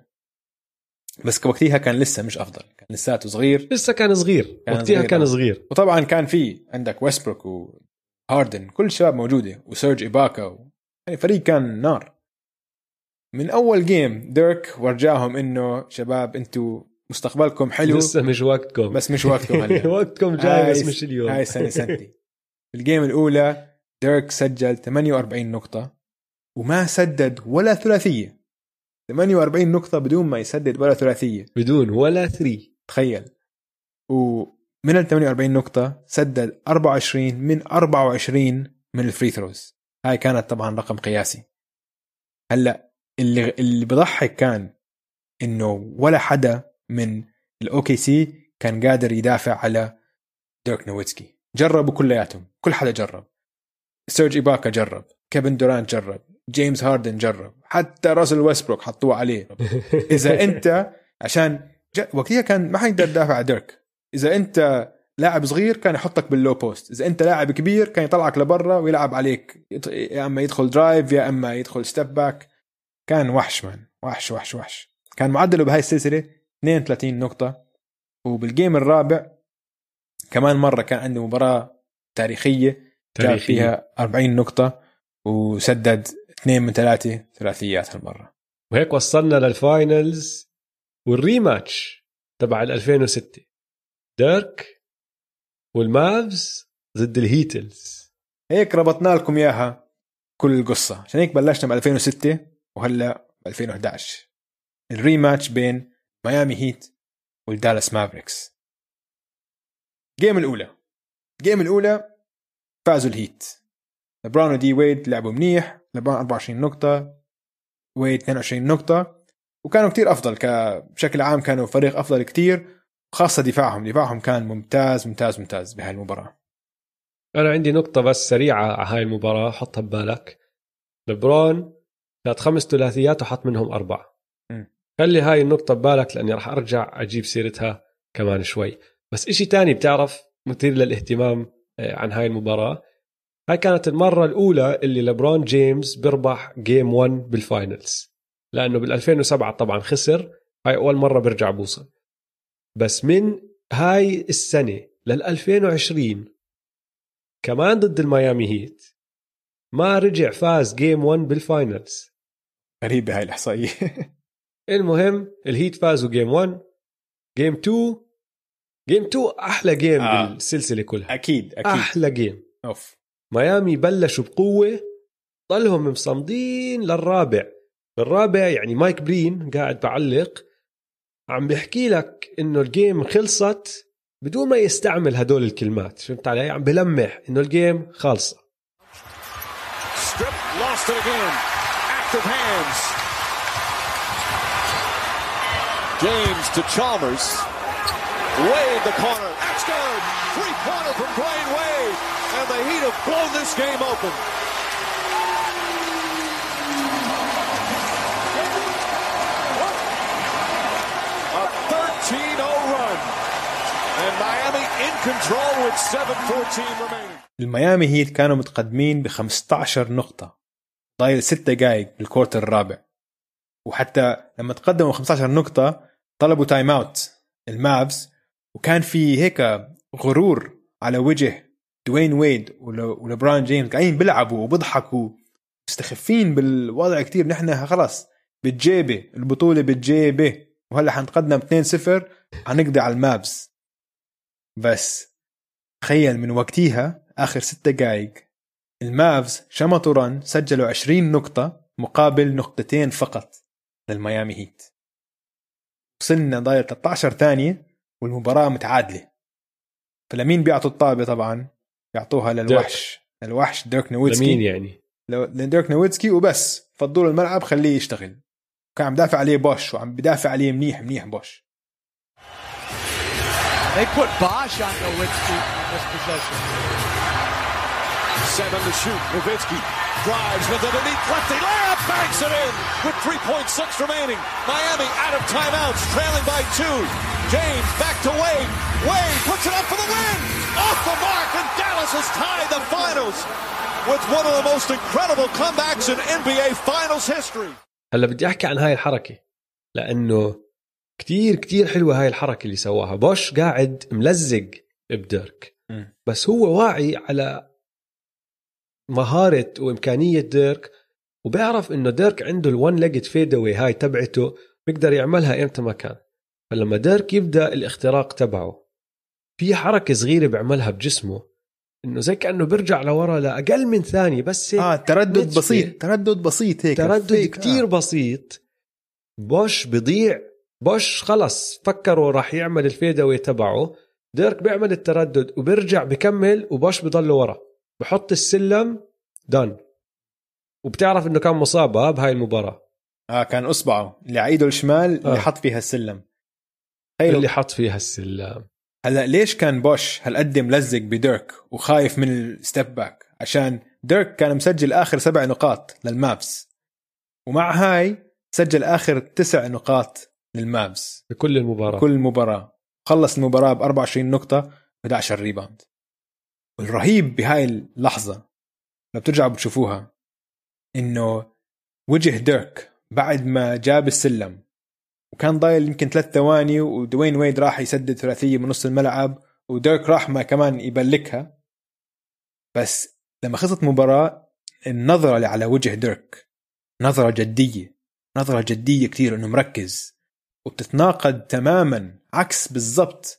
بس وقتها كان لسه مش أفضل، كان لساته صغير، وقتها كان صغير. وطبعا كان في عندك ويستبروك وهاردن، كل الشباب موجودة، وسيرج إباكا يعني فريق كان نار. من أول جيم ديرك ورجاهم إنه شباب أنتوا مستقبلكم حلو، لسه مش وقتكم، بس مش وقتكم هلا. وقتكم جاي بس مش اليوم. هاي سنتي. الجيم الأولى ديرك سجل 48 نقطة وما سدد ولا ثلاثية. 48 نقطة بدون ما يسدد ولا ثلاثية، بدون ولا 3. تخيل. ومن ال 48 نقطة سدد 24 من 24 من الفري ثروز. هاي كانت طبعا رقم قياسي. هلا اللي بضحك كان إنه ولا حدا من الأوكي سي كان قادر يدافع على ديرك نويتسكي. جربوا كلياتهم، كل حدا جرب. سيرج إباكا جرب، كيفن دورانت جرب، جيمس هاردن جرب، حتى راسل ويستبروك حطوه عليه. إذا أنت عشان وقتها كان ما حيقدر يدافع على ديرك. إذا أنت لاعب صغير كان يحطك باللو بوست، إذا أنت لاعب كبير كان يطلعك لبرا ويلعب عليك، يا أما يدخل درايف يا أما يدخل ستيب باك. كان وحش مان، وحش. كان معدله بهاي السلسلة 32 نقطة. وبالجيم الرابع كمان مرة كان عنده مباراة تاريخية جاب فيها 40 نقطة وسدد 2 من 3 ثلاثيات هالمرة. وهيك وصلنا للفاينلز والريماتش تبع 2006، ديرك والمافز ضد الهيتلز. هيك ربطنا لكم إياها كل القصة. عشان هيك بلشنا ب 2006 وهلا ب 2011 الريماتش بين ميامي هيت والدالاس مافريكس. جيم الأولى فازوا الهيت. لبران ودي ويد لعبوا منيح. لبران 24 نقطة، ويد 22 نقطة، وكانوا كتير أفضل. بشكل عام كانوا فريق أفضل كتير، خاصة دفاعهم كان ممتاز ممتاز ممتاز بهاي المباراة. أنا عندي نقطة بس سريعة على هاي المباراة حطها ببالك. لبران كانت 5 ثلاثيات وحط منهم 4. خلي هاي النقطة ببالك لأني راح أرجع أجيب سيرتها كمان شوي. بس إشي تاني بتعرف مثير للاهتمام عن هاي المباراة، هاي كانت المرة الأولى اللي لبران جيمس بربح جيم 1 بالفاينلز، لأنه بال2007 طبعا خسر. هاي أول مرة برجع بوصل. بس من هاي السنة لل2020 كمان ضد الميامي هيت ما رجع فاز جيم 1 بالفاينلز. غريبة هاي الإحصائية. المهم الهيت فازوا جيم 1. جيم 2 أحلى جيم بالسلسلة كلها. أكيد أحلى جيم. أوف. ميامي بلشوا بقوة، ضلهم مصمدين للرابع يعني مايك برين قاعد بعلق عم بيحكي لك إنه الجيم خلصت بدون ما يستعمل هدول الكلمات. فهمت علي؟ عم بلمح إنه الجيم خالصة. Lost it again. Active hands. James to Chalmers. Wade the corner. That's good. 3-pointer from Dwayne Wade. And the Heat have blown this game open. A 13-0 run. And Miami in control with 7:14 remaining. الميامي هيت كانوا متقدمين ب15 نقطة، ضايل 6 دقائق بالكورتر الرابع. وحتى لما تقدموا 15 نقطة طلبوا تايم اوت المافز، وكان في هيك غرور على وجه دوين ويد ولبران جيمس، قاعدين بيلعبوا وبيضحكوا مستخفين بالوضع كتير. نحن خلاص بالجيبة، البطولة بالجيبة، وهلا حنتقدم 2-0 حنقضي على المافز. بس تخيل من وقتها آخر 6 دقائق المافز شمطوا رن، سجلوا 20 نقطة مقابل 2 نقطة فقط للميامي هيت. وصلنا ضايل 13 ثانية والمباراة متعادلة. فلمين بيعطوا الطابة؟ طبعا بيعطوها للوحش ديرك نويتسكي. لمين يعني؟ لديرك نويتسكي وبس. فضلوا الملعب خليه يشتغل. كان عم بدافع عليه بوش، وعم بدافع عليه منيح بوش. They put Bosh on Nowitzki in this possession. 7 to shoot. Nowitzki drives with it underneath lefty layup, banks it in with 3.6 remaining. Miami out of timeouts, trailing by 2. James back to Wade. Wade puts it up for the win. Off the mark, and Dallas has tied the finals with one of the most incredible comebacks in NBA Finals history. هلا بدي أحكي عن هاي الحركة لأنه كتير حلوة هاي الحركة اللي سواها بوش. قاعد ملزق بديرك، بس هو واعي على مهارة وإمكانية ديرك، وبيعرف إنه ديرك عنده الون ليجد فيدوي هاي تبعته بيقدر يعملها إمتى ما كان. فلما ديرك يبدأ الاختراق تبعه في حركة صغيرة بيعملها بجسمه، إنه زي كأنه برجع لورا لأقل من ثانية بس تردد بسيط هيك، تردد كتير بسيط. بوش بيضيع. بوش خلص فكروا راح يعمل الفيدوي تبعه، ديرك بيعمل التردد وبرجع بكمل، وبوش بيضل ورا بحط السلم دان. وبتعرف انه كان مصابة بهاي المباراة. كان اصبعه اللي عيده الشمال اللي حط فيها السلم. اللي حط فيها السلم. هلا ليش كان بوش هالقد ملزق بديرك وخايف من الستيب باك؟ عشان ديرك كان مسجل آخر 7 نقاط للمافز، ومع هاي سجل آخر 9 نقاط للمافز بكل المباراة. خلص المباراة ب24 نقطة 11 ريباوند. والرهيب بهاي اللحظة لو بترجعوا بتشوفوها إنه وجه ديرك بعد ما جاب السلم وكان ضايل يمكن 3 ثواني، ودوين ويد راح يسدد ثلاثية من نص الملعب، وديرك راح ما كمان يبلكها. بس لما خلصت المباراة النظرة اللي على وجه ديرك نظرة جدية كتير، إنه مركز، وبتتناقض تماما عكس بالضبط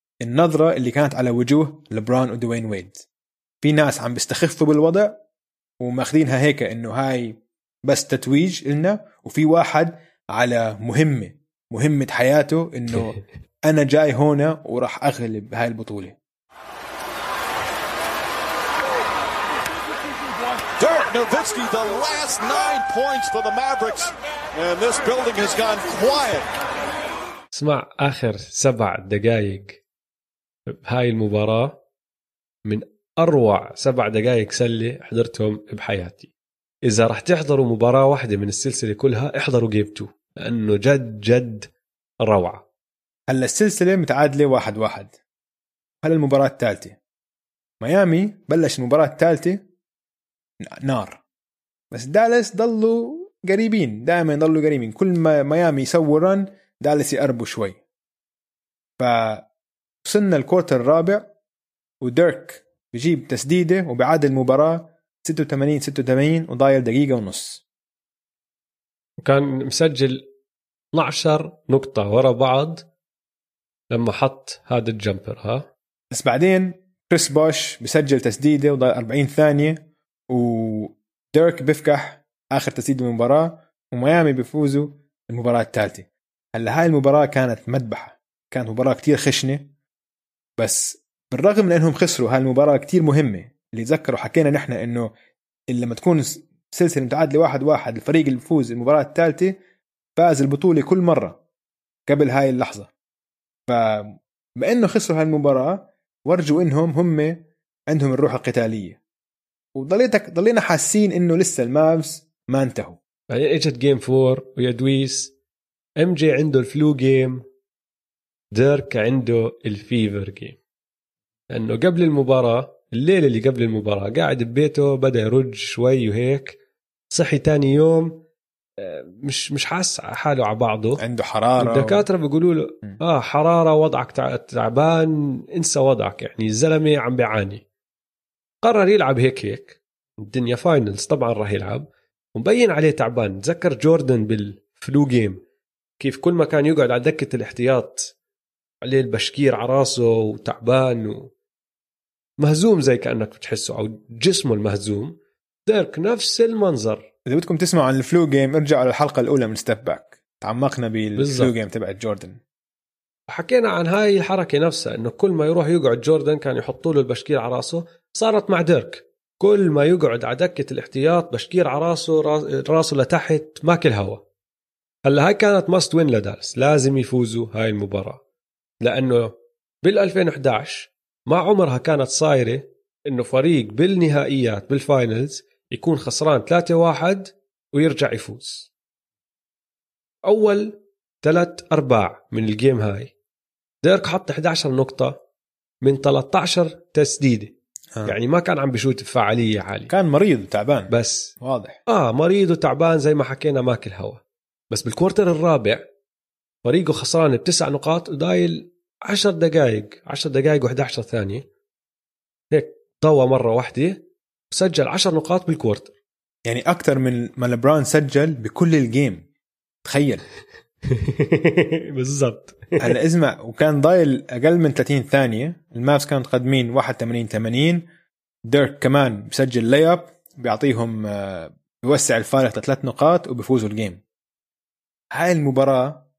النظرة اللي كانت على وجوه لبران ودوين ويد. في ناس عم بيستخفوا بالوضع، وماخذينها هيك إنه هاي بس تتويج لنا، وفي واحد على مهمة حياته إنه أنا جاي هنا وراح أغلب هاي البطولة. Dirk Nowitzki, the last 9 points for the Mavericks, and this building has gone quiet. اسمع، آخر 7 دقائق بهاي المباراة من أروع 7 دقائق سلة حضرتهم بحياتي. إذا رح تحضروا مباراة واحدة من السلسلة كلها احضروا جيم 2، لأنه جد جد روعة. هلا السلسلة متعادلة 1-1. هلا المباراة الثالثة ميامي بلش المباراة الثالثة نار، بس دالاس ضلوا قريبين، دائما ضلوا قريبين. كل ما ميامي يسووا رن دالاس يقربوا شوي. فوصلنا الكورتر الرابع وديرك بيجيب تسديدة وبعادل المباراة 86-86 وضايل دقيقة ونص. وكان مسجل 12 نقطة ورا بعض لما حط هذا الجمبر. بس بعدين كريس بوش بسجل تسديدة وضايل 40 ثانية، وديرك بيفكح آخر تسديد المباراة، وميامي بيفوزوا المباراة الثالثة. هلا هاي المباراة كانت مذبحة، كانت مباراة كتير خشنة، بس بالرغم من أنهم خسروا هاي المباراة كتير مهمة. اللي تذكروا حكينا نحن إنه لما تكون سلسلة متعادلة 1-1 الفريق اللي بفوز المباراة الثالثة فاز البطولة كل مرة قبل هاي اللحظة. فبما إنه خسروا هاي المباراة ورجوا إنهم هم عندهم الروح القتالية، وضلينا حاسين إنه لسه المافز ما انتهوا. بعدين اجت جيم 4 ويا دويس ام جي عنده الفلو جيم، ديرك عنده الفيفر جيم. لأنه قبل المباراة، الليلة اللي قبل المباراة قاعد ببيته بدأ يرج شوي وهيك، صحي تاني يوم مش حاس حاله على بعضه، عنده حرارة. الدكاترة بيقولوا له حرارة، وضعك تعبان، انسى وضعك، يعني الزلمة عم بيعاني. قرر يلعب هيك الدنيا فاينلز طبعا راح يلعب، ومبين عليه تعبان. تذكر جوردن بالفلو جيم كيف كل ما كان يقعد على دكة الاحتياط عليه البشكير على راسه وتعبان ومهزوم زي كأنك بتحسه، أو جسمه المهزوم. ديرك نفس المنظر. إذا بدكم تسمعوا عن الفلو جيم ارجعوا للحلقة الأولى من ستيب باك، تعمقنا بالفلو جيم تبع جوردن. حكينا عن هاي الحركة نفسها، إنه كل ما يروح يقعد جوردن كان يحطوا له البشكير على راسه. صارت مع ديرك، كل ما يقعد على دكة الاحتياط بشكير على راسه لتحت ماكل هوا. هلا هاي كانت ماست وين لدالس، لازم يفوزوا هاي المباراة، لأنه بال2011 ما عمرها كانت صايرة إنه فريق بالنهائيات بالفاينلز يكون خسران 3-1 ويرجع يفوز. أول 3/4 من الجيم هاي ديرك حط 11 نقطة من 13 تسديدة. يعني ما كان عم بشوت بفعالية عالية، كان مريض وتعبان، بس واضح مريض وتعبان زي ما حكينا ماكل هوا. بس بالكوارتر الرابع فريقه خسران ب9 نقاط ودايل 10 دقائق و11 ثانية، هيك ضوى مرة واحدة وسجل 10 نقاط بالكوارتر، يعني أكتر من ما لبران سجل بكل الجيم. تخيل. بالضبط. هلا اسمع، وكان ضايل أقل من 30 ثانية، المافs كانوا متقدمين 81-80. ديرك كمان بسجل لياب بيعطيهم بيوسع الفارق ل3 نقاط وبيفوزوا الجيم. هاي المباراة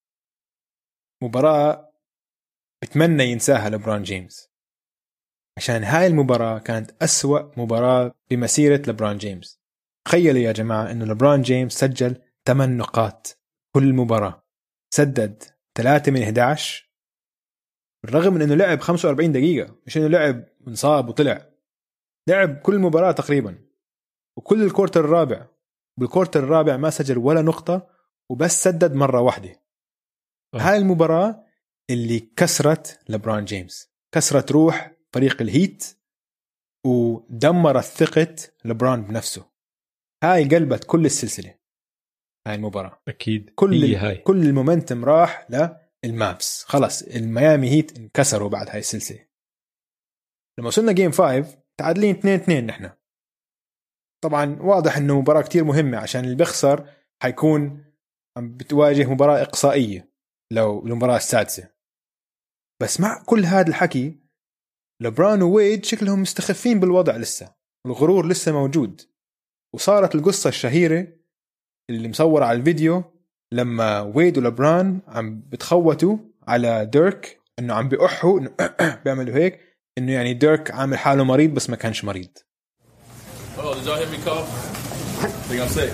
مباراة بتمنى ينساها لبران جيمس، عشان هاي المباراة كانت أسوأ مباراة بمسيرة لبران جيمس. تخيلوا يا جماعة إنه لبران جيمس سجل 8 نقاط كل مباراة، سدد 3 من 11، بالرغم من إنه لعب 45 دقيقة، مش إنه لعب انصاب وطلع، لعب كل مباراة تقريبا وكل الكورتر الرابع. بالكورتر الرابع ما سجل ولا نقطة وبس سدد مرة واحدة. هاي المباراة اللي كسرت لبران جيمس، كسرت روح فريق الهيت ودمرت ثقة لبران بنفسه. هاي قلبت كل السلسلة، هاي المباراة أكيد. كل المومنتم راح للمافs، خلص الميامي هيت انكسروا بعد هاي السلسلة. لما وصلنا جيم 5 تعادلين 2-2 نحن. طبعا واضح انه مباراة كتير مهمة، عشان اللي بيخسر حيكون عم بتواجه مباراة إقصائية لو المباراة السادسة. بس مع كل هذا الحكي لبران وويد شكلهم مستخفين بالوضع لسه، الغرور لسه موجود. وصارت القصة الشهيرة اللي مصورة على الفيديو لما ويد ولبران عم بتخوتوا على ديرك انه عم بيقحوا انه بيعملوا هيك انه يعني ديرك عامل حاله مريض بس ما كانش مريض. Oh, did y'all hear me cough? I think I'm sick.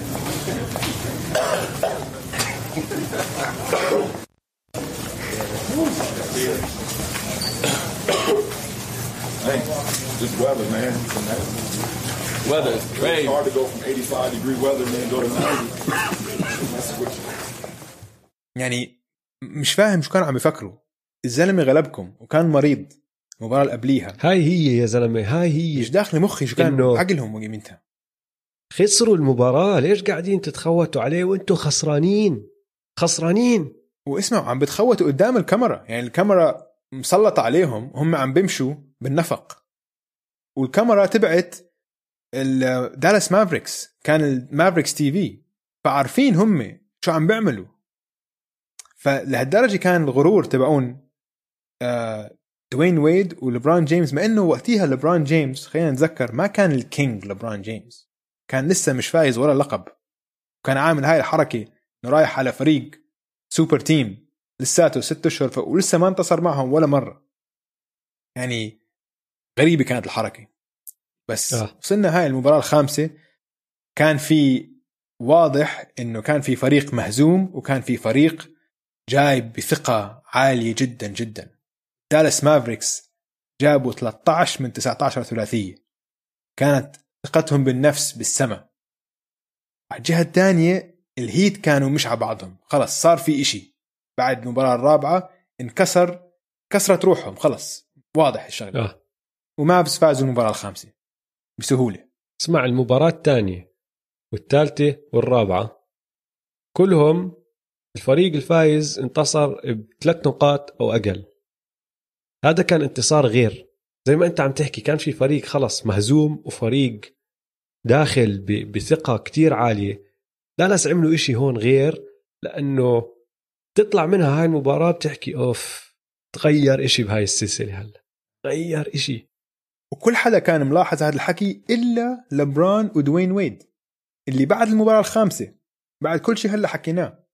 Hey, this weather, man. Weather is It's crazy. hard to go from 85-degree weather and then go to 90. يعني مش فاهم شو كانوا عم يفكروا. الزلمة غلبكم وكان مريض المباراة اللي قبليها. هاي هي يا زلمة، هاي هي. مش داخل مخي شو كان عقلهم وقيمتها. خسروا المباراة، ليش قاعدين تتخوتوا عليه وانتوا خسرانين. واسمعوا عم بتخوتوا قدام الكاميرا، يعني الكاميرا مسلطة عليهم، هم عم بيمشوا بالنفق والكاميرا تبعت دالاس مافريكس، كان المافريكس تي في، فعارفين هم شو عم بيعملوا. فلهالدرجة كان الغرور تبعون دوين ويد ولبران جيمس، ما انه وقتها لبران جيمس خلينا نتذكر ما كان الكينج. لبران جيمس كان لسه مش فايز ولا لقب، وكان عامل هاي الحركة انه رايح على فريق سوبر تيم لساته 6 أشهر ولسه ما انتصر معهم ولا مرة. يعني غريبة كانت الحركة. بس وصلنا هاي المباراة الخامسة، كان في واضح انه كان في فريق مهزوم وكان في فريق جايب بثقة عالية جدا جدا. دالاس مافريكس جابوا 13 من 19 ثلاثية، كانت ثقتهم بالنفس بالسماء. على الجهة الثانية الهيت كانوا مش على بعضهم، خلص صار في إشي بعد المباراة الرابعة كسرت روحهم، خلص واضح الشغل. ومافز فازوا المباراة الخامسة بسهولة. اسمع، المباراة الثانية والثالثة والرابعة كلهم الفريق الفايز انتصر ب3 نقاط أو أقل. هذا كان انتصار غير، زي ما أنت عم تحكي، كان في فريق خلص مهزوم وفريق داخل بثقة كتير عالية. دالاس عملوا إشي هون غير، لأنه تطلع منها هاي المباراة بتحكي أوف تغير إشي بهاي السلسلة، هلا تغير إشي. وكل حدا كان ملاحظ هذا الحكي إلا لبران ودوين ويد اللي بعد المباراة الخامسة بعد كل شيء هلا حكيناه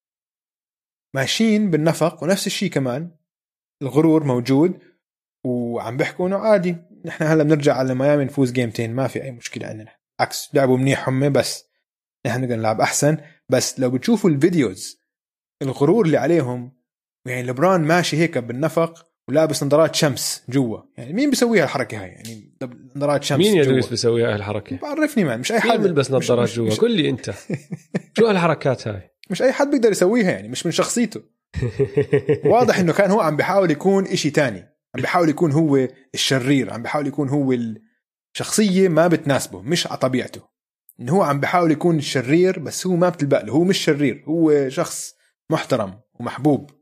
ماشيين بالنفق، ونفس الشيء كمان الغرور موجود، وعم بيحكوا انه عادي نحن هلا بنرجع على ميامي نفوز جيمتين ما في اي مشكله عندنا، عكس لعبوا منيح هم بس نحن بدنا نلعب احسن. بس لو بتشوفوا الفيديوز الغرور اللي عليهم، يعني لبران ماشي هيك بالنفق ولابس نظارات شمس جوا، يعني مين بيسويها الحركه هاي؟ يعني نظارات شمس مين يدرس بيسويها الحركه؟ بعرفني مان، مش اي حد يلبس نظارات جوا. قل لي انت شو هالحركات هاي؟ مش اي حد بيقدر يسويها، يعني مش من شخصيته. واضح انه كان هو عم بيحاول يكون إشي تاني، عم بيحاول يكون هو الشرير، عم بيحاول يكون هو الشخصية ما بتناسبه، مش على طبيعته. إنه هو عم بيحاول يكون الشرير بس هو ما بتلبق له، هو مش شرير، هو شخص محترم ومحبوب،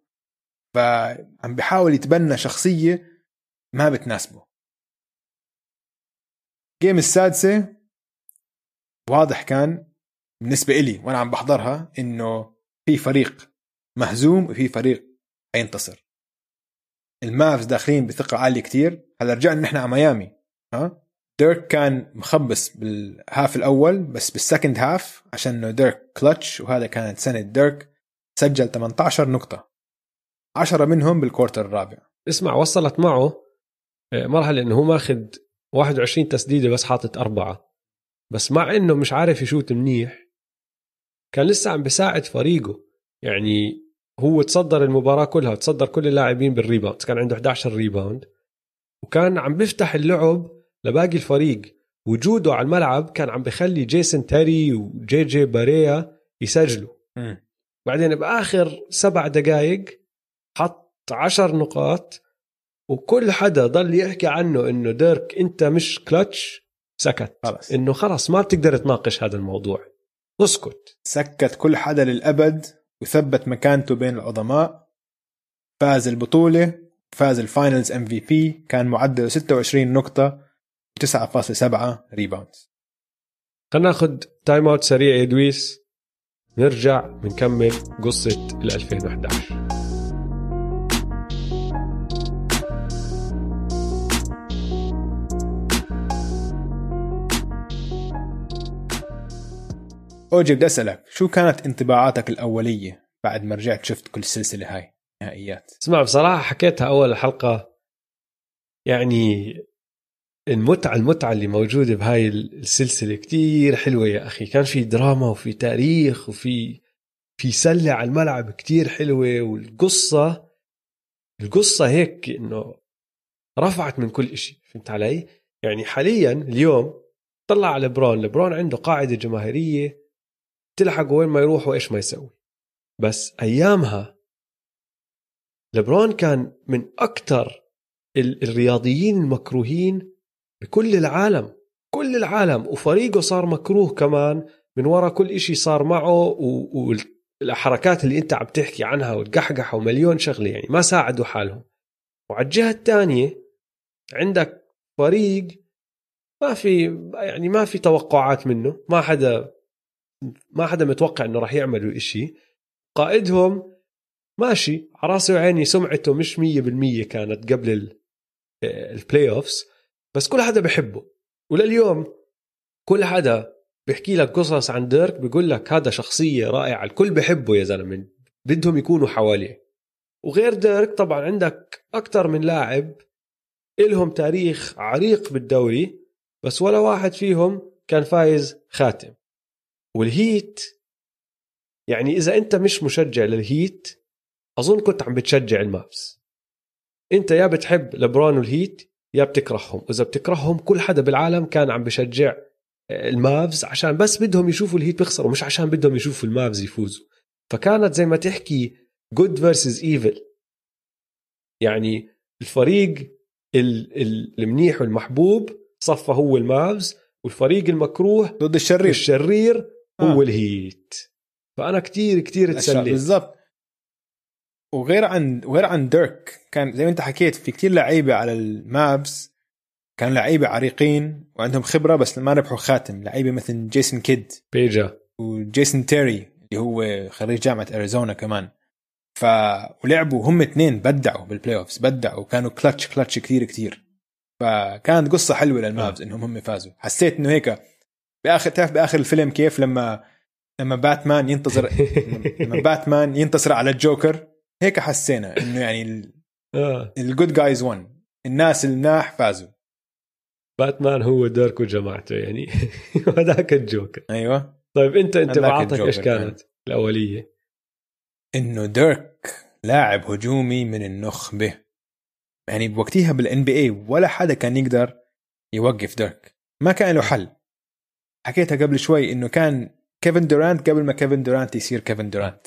فعم بيحاول يتبنى شخصية ما بتناسبه. جيم السادسة واضح كان بالنسبة إلي وأنا عم بحضرها إنه في فريق مهزوم وفي فريق هينتصر. المافز داخلين بثقة عالية كتير. هلا رجعنا نحن على ميامي، ديرك كان مخبص بالهاف الأول، بس بالسكند هاف عشان إنه ديرك كلتش، وهذا كانت سنة ديرك، سجل 18 نقطة، 10 منهم بالكورتر الرابع. اسمع، وصلت معه مرحلة إنه هو ماخد 21 تسديدة بس حاطت 4، بس مع إنه مش عارف يشوت منيح كان لسه عم بيساعد فريقه. يعني هو تصدر المباراة كلها، تصدر كل اللاعبين بالريباوند، كان عنده 11 ريباوند، وكان عم بيفتح اللعب لباقي الفريق. وجوده على الملعب كان عم بيخلي جيسون تيري وجي جي باريا يسجلوا. بعدين بآخر 7 دقائق حط 10 نقاط، وكل حدا ضل يحكي عنه إنه ديرك أنت مش كلتش، سكت خلص. إنه خلص ما بتقدر تناقش هذا الموضوع، اسكت. سكت كل حدا للأبد وثبت مكانته بين العظماء. فاز البطولة، فاز الفاينلز MVP، كان معدل 26 نقطة و9.7 ريباوند. خلنا ناخد تايم اوت سريع يا دويس، نرجع بنكمل قصة 2011. أوجي بدي أسألك شو كانت انطباعاتك الأولية بعد ما رجعت شفت كل السلسلة هاي نهائيات؟ اسمع بصراحة حكيتها أول حلقة، يعني المتعة اللي موجودة بهاي السلسلة كتير حلوة يا أخي. كان في دراما وفي تاريخ وفي سلة على الملعب كتير حلوة، والقصة هيك إنه رفعت من كل إشي. فهمت علي؟ يعني حاليا اليوم طلع على لبرون عنده قاعدة جماهيرية تلحق وين ما يروح وإيش ما يسوي. بس أيامها لبرون كان من أكتر الرياضيين المكروهين بكل العالم، كل العالم، وفريقه صار مكروه كمان من وراء كل إشي صار معه والحركات اللي انت عم تحكي عنها والقحقح ومليون شغلة، يعني ما ساعدوا حالهم. وعلى الجهة الثانية عندك فريق ما في توقعات منه، ما حدا متوقع انه راح يعملوا إشي. قائدهم ماشي على راسي وعيني، سمعته مش 100% كانت قبل البلاي اوفز، بس كل حدا بحبه. ولليوم كل حدا بيحكي لك قصص عن ديرك، بيقول لك هذا شخصية رائعة، الكل بحبه يا زلمة، بدهم يكونوا حواليه. وغير ديرك طبعا عندك أكتر من لاعب إلهم تاريخ عريق بالدوري، بس ولا واحد فيهم كان فايز خاتم. والهيت يعني إذا أنت مش مشجع للهيت أظن كنت عم بتشجع المافز. أنت يا بتحب لبرون والهيت يا بتكرههم. إذا بتكرههم كل حدا بالعالم كان عم بشجع المافز عشان بس بدهم يشوفوا الهيت بيخسروا، مش عشان بدهم يشوفوا المافز يفوزوا. فكانت زي ما تحكي good versus evil، يعني الفريق المنيح والمحبوب صفه هو المافز، والفريق المكروه ضد الشرير هو الهيت. فأنا كتير تسليت بالضبط. وغير عن ديرك كان زي ما انت حكيت في كتير لعيبة على المابس كانوا لعيبة عريقين وعندهم خبرة بس ما ربحوا خاتم. لعيبة مثل جيسون كيد بيجا وجيسون تيري اللي هو خريج جامعة أريزونا كمان. ولعبوا هم اثنين بدعوا بالبلاي اوفز، بدعوا وكانوا كلاتش كتير. فكانت قصة حلوة للمابز انهم هم فازوا. حسيت انه هيك باخر الفيلم كيف لما باتمان ينتصر لما باتمان ينتصر على الجوكر، هيك حسينا انه يعني الجود جايز وان، الناس المناح فازوا. باتمان هو ديرك وجماعته يعني وهذاك الجوكر. ايوه. طيب انت بعطك ايش كانت الاوليه؟ انه ديرك لاعب هجومي من النخبه، يعني بوقتها بالان بي اي ولا حدا كان يقدر يوقف ديرك، ما كان له حل. حكيتها قبل شوي انه كان كيفن دورانت قبل ما كيفن دورانت يصير كيفن دورانت.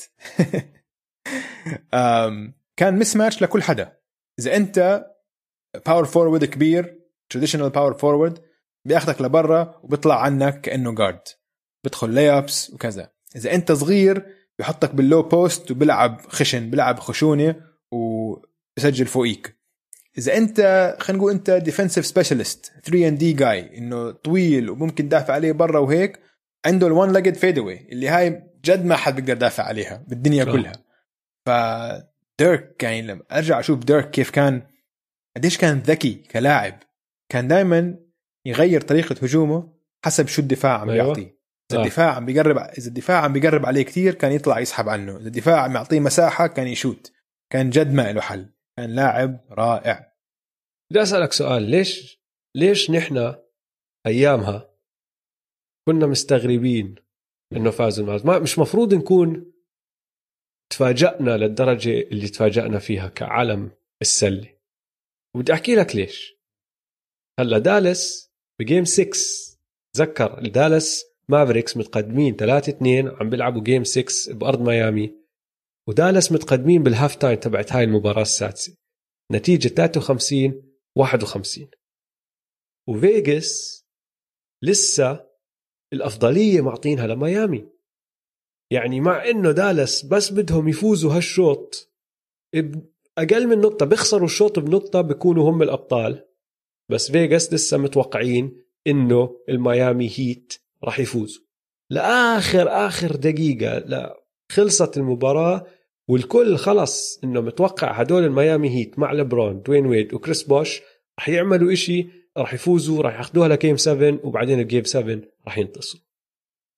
كان مس ماتش لكل حدا. اذا انت باور فورورد كبير تراديشنال باور فورورد بياخدك لبرا وبيطلع عنك كأنه جارد، بدخل ليابس وكذا. إذا أنت صغير بيحطك باللو بوست وبلعب بلعب خشونة وبسجل فوقيك. إذا أنت خلينا نقول أنت ديفنسيف سبيشالست 3&D جاي إنه طويل وممكن دافع عليه برا وهيك، عنده الوان ليجد فيدوي اللي هاي جد ما حد بيقدر دافع عليها بالدنيا كلها. فديرك يعني لما أرجع أشوف ديرك كيف كان قديش كان ذكي كلاعب، كان دائما يغير طريقة هجومه حسب شو الدفاع عم يعطيه. إذا الدفاع عم بيقرب عليه كتير كان يطلع يسحب عنه، إذا الدفاع عم يعطيه مساحة كان يشوت. كان جد ما له حل، كان لاعب رائع. بدي أسألك سؤال، ليش نحن أيامها كنا مستغربين إنه فازوا الماز؟ مش مفروض نكون تفاجأنا للدرجة اللي تفاجأنا فيها كعالم السلة؟ وبدي أحكي لك ليش. هلا دالاس بجيم 6، تذكر الدالاس مافريكس متقدمين 3-2 عم بيلعبوا جيم 6 بأرض ميامي، ودالاس متقدمين بالهاف تايم تبعت هاي المباراة السادسة، نتيجة 53-51. وفيغاس لسه الأفضلية معطينها لميامي. يعني مع إنه دالاس بس بدهم يفوزوا هالشوط أقل من نقطة، بيخسروا الشوط بنقطة بيكونوا هم الأبطال، بس فيغاس لسه متوقعين إنه الميامي هيت راح يفوزوا لآخر دقيقة. لا خلصت المباراة والكل خلص إنه متوقع هدول الميامي هيت مع لبرون دوين ويد وكريس بوش راح يعملوا إشي، راح يفوزوا، راح ياخدوها لجيم 7 وبعدين الجيم 7 راح ينتصروا.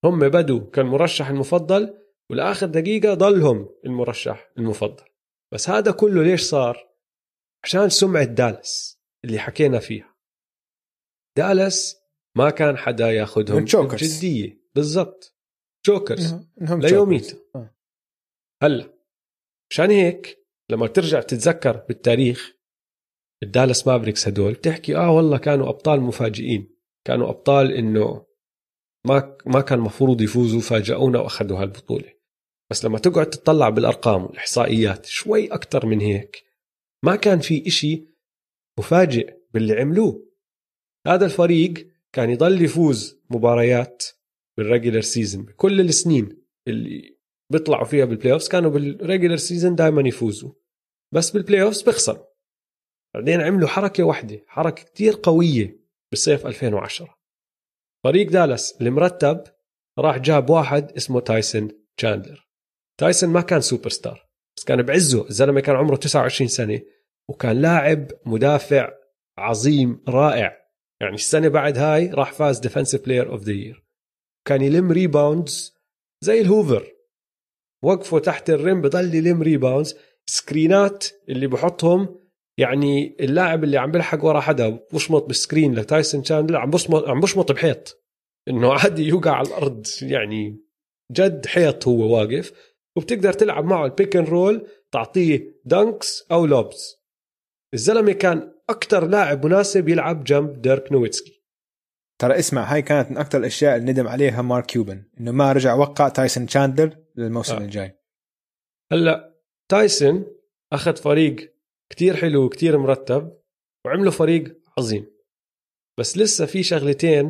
هم بدوا كان مرشح المفضل والآخر دقيقة ضلهم المرشح المفضل. بس هذا كله ليش صار؟ عشان سمعة دالاس اللي حكينا فيها. دالاس ما كان حدا ياخدهم بجدية. بالضبط جوكرز ليوميته. هلا عشان هيك لما ترجع تتذكر بالتاريخ الدالاس مافريكس هدول بتحكي والله كانوا أبطال مفاجئين، كانوا أبطال إنه ما كان مفروض يفوزوا، فاجأونا وأخذوا هالبطولة. بس لما تقعد تطلع بالأرقام والإحصائيات شوي أكتر من هيك ما كان في إشي مفاجئ باللي عملوه. هذا الفريق كان يضل يفوز مباريات بالريجولر سيزن بكل السنين اللي بيطلعوا فيها بالبلاي أوفس، كانوا بالريجولر سيزن دائما يفوزوا، بس بالبلاي أوفس بيخسروا. بعدين عملوا حركة واحدة، حركة كتير قوية بالصيف 2010. فريق دالاس المرتب راح جاب واحد اسمه تايسون تشاندلر. تايسون ما كان سوبر ستار بس كان بعزه، الزلمة كان عمره 29 سنة وكان لاعب مدافع عظيم رائع. يعني السنة بعد هاي راح فاز Defensive Player of the Year. كان يلم ريباوندز زي الهوفر، وقفه تحت الرم بضل يلم ريباوندز. سكرينات اللي بحطهم يعني اللاعب اللي عم بلحق ورا حدا بشمط بالسكرين لتايسون تشاندلر عم بشمط بحيط، انه عادي يوقع على الارض، يعني جد حيط هو واقف. وبتقدر تلعب معه البيك اند رول، تعطيه دانكس او لوبز. الزلمة كان اكتر لاعب مناسب يلعب جنب ديرك نويتسكي. ترى اسمع، هاي كانت من اكتر الاشياء اللي ندم عليها مارك كيوبن، انه ما رجع وقع تايسون تشاندلر للموسم الجاي. هلا تايسون اخذ فريق كتير حلو وكتير مرتب وعملوا فريق عظيم، بس لسه في شغلتين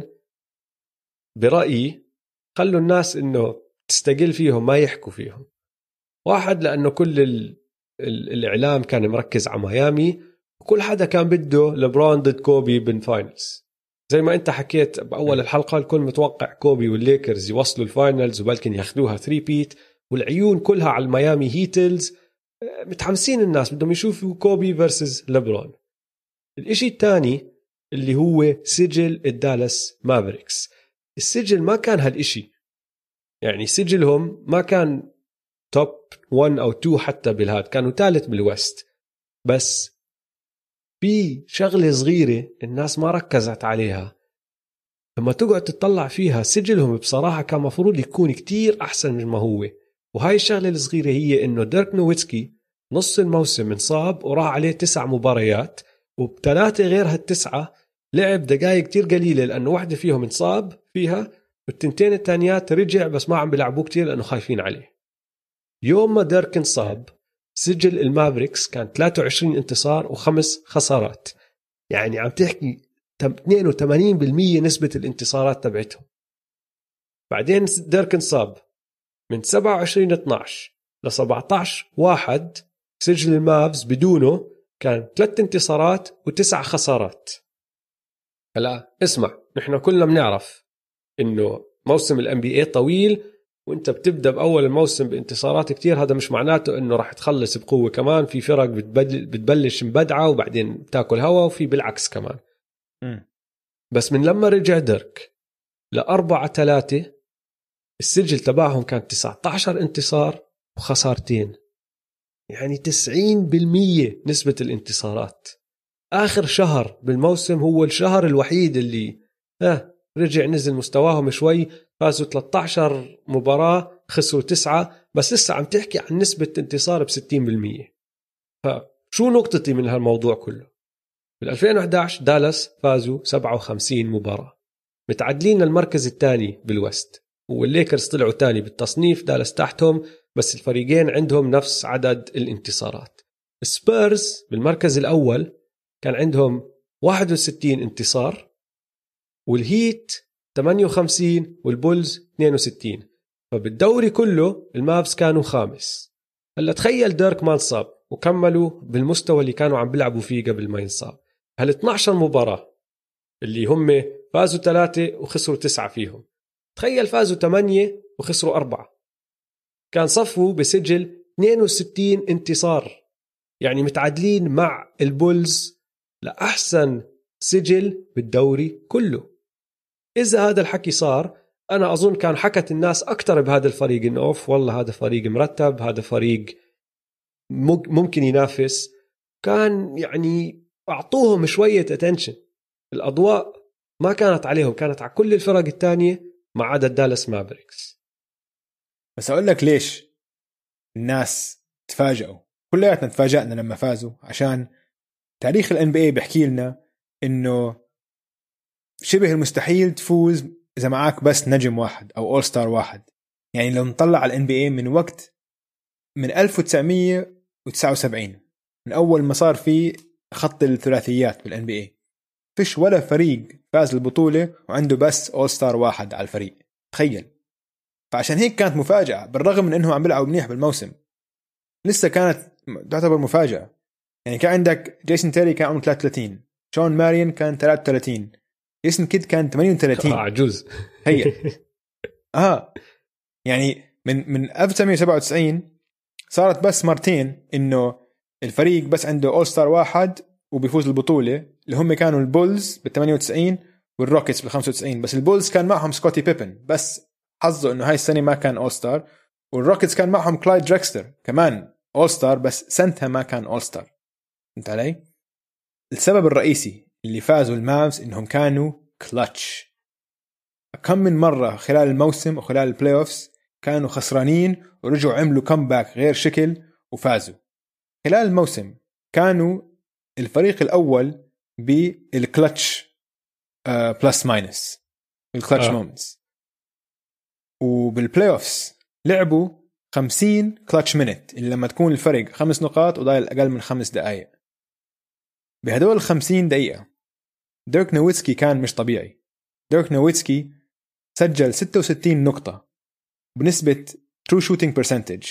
برأيي خلوا الناس انه تستقل فيهم ما يحكوا فيهم. واحد، لانه كل الاعلام كان مركز على ميامي وكل حدا كان بده لبرون ضد كوبي بالفاينلز. زي ما انت حكيت باول الحلقه، الكل متوقع كوبي والليكرز يوصلوا الفاينلز وبلكن ياخدوها 3 بيت، والعيون كلها على الميامي هيتلز. متحمسين الناس، بدهم يشوفوا كوبي فيرسز لبرون. الاشي الثاني اللي هو سجل الدالاس مافريكس. السجل ما كان هالاشي، يعني سجلهم ما كان توب 1 أو 2 حتى بالهاد، كانوا ثالث بالوست. بس في شغلة صغيرة الناس ما ركزت عليها، لما تقعد تطلع فيها سجلهم بصراحة كان مفروض يكون كتير أحسن من ما هو. وهاي الشغلة الصغيرة هي إنه ديرك نويتسكي نص الموسم انصاب وراح عليه 9 مباريات، وبثلاثة غير هال9 لعب دقائق كتير قليلة لأنه واحدة فيهم انصاب فيها، والتنتين التانيات رجع بس ما عم بيلعبوه كتير لأنه خايفين عليه. يوم ما ديرك انصاب سجل المافريكس كان 23 انتصار و5 خسارات، يعني عم تحكي 82% نسبة الانتصارات تبعتهم. بعدين ديرك انصاب من 27/12 ل 17/1 سجل المافز بدونه كان 3 انتصارات و9 خسارات. هلا اسمع، نحن كلنا بنعرف انه موسم NBA طويل، وانت بتبدأ بأول الموسم بانتصارات كتير، هذا مش معناته انه راح تخلص بقوة. كمان في فرق بتبلش مبدعة وبعدين بتاكل هوا، وفي بالعكس كمان. بس من لما رجع ديرك ل4-3 السجل تبعهم كان 19 انتصار وخسارتين، يعني 90% نسبة الانتصارات. آخر شهر بالموسم هو الشهر الوحيد اللي رجع نزل مستواهم شوي، فازوا 13 مباراة خسروا 9، بس لسه عم تحكي عن نسبة انتصار ب60%. فشو نقطتي من هالموضوع كله؟ بال2011 دالاس فازوا 57 مباراة، متعدلين المركز الثاني بالوست، والليكرز طلعوا تاني بالتصنيف، دالاس تحتهم، بس الفريقين عندهم نفس عدد الانتصارات. السبيرز بالمركز الأول كان عندهم 61 انتصار، والهيت 58 والبولز 62. فبالدوري كله المافز كانوا خامس. هلا تخيل ديرك ما انصاب وكملوا بالمستوى اللي كانوا عم بيلعبوا فيه قبل ما ينصاب. هل 12 مباراة اللي هم فازوا 3 وخسروا 9 فيهم، تخيل فازوا 8 وخسروا 4، كان صفوا بسجل 62 انتصار، يعني متعادلين مع البولز لأحسن سجل بالدوري كله. إذا هذا الحكي صار أنا أظن كان حكت الناس أكتر بهذا الفريق إنه أوف والله هذا فريق مرتب، هذا فريق ممكن ينافس. كان يعني أعطوهم شوية attention. الأضواء ما كانت عليهم، كانت على كل الفرق التانية ما عدا دالاس مافريكس. بس أقول لك ليش الناس تفاجئوا، كلياتنا تفاجأنا لما فازوا، عشان تاريخ ال NBA بيحكي لنا إنه شبه المستحيل تفوز إذا معاك بس نجم واحد أو أول ستار واحد. يعني لو نطلع على ال NBA من وقت من 1979 من أول ما صار في خط الثلاثيات بال NBA فيش ولا فريق فاز البطولة وعنده بس أول ستار واحد على الفريق، تخيل. فعشان هيك كانت مفاجأة، بالرغم من أنهم عم بيلعبوا منيح بالموسم لسه كانت تعتبر مفاجأة. يعني كان عندك جيسون تيري كان عمره 33، شون مارين كان 33، جيسون كيد كان 38 عجوز هي يعني من 1997 صارت بس مرتين إنه الفريق بس عنده أول ستار واحد وبيفوز البطولة، اللي هم كانوا البولز بال98 والروكيتس بال95. بس البولز كان معهم سكوتي بيبن، بس حظه إنه هاي السنة ما كان أول ستار، والروكيتس كان معهم كلايد دريكستر كمان أول ستار بس سنتها ما كان أول ستار. فهمت علي؟ السبب الرئيسي اللي فازوا المافز إنهم كانوا كلتش. كم من مرة خلال الموسم وخلال البلاي أوفس كانوا خسرانين ورجعوا عملوا كمباك غير شكل وفازوا. خلال الموسم كانوا الفريق الأول بالكلتش بلس ماينس، الكلتش مومنتس. وبالبلاي أوفس لعبوا 50 كلتش مينت، اللي لما تكون الفرق 5 نقاط وضايل أقل من 5 دقائق. بهدول 50 دقيقة ديرك نويتسكي كان مش طبيعي. ديرك نويتسكي سجل 66 نقطة بنسبة true shooting percentage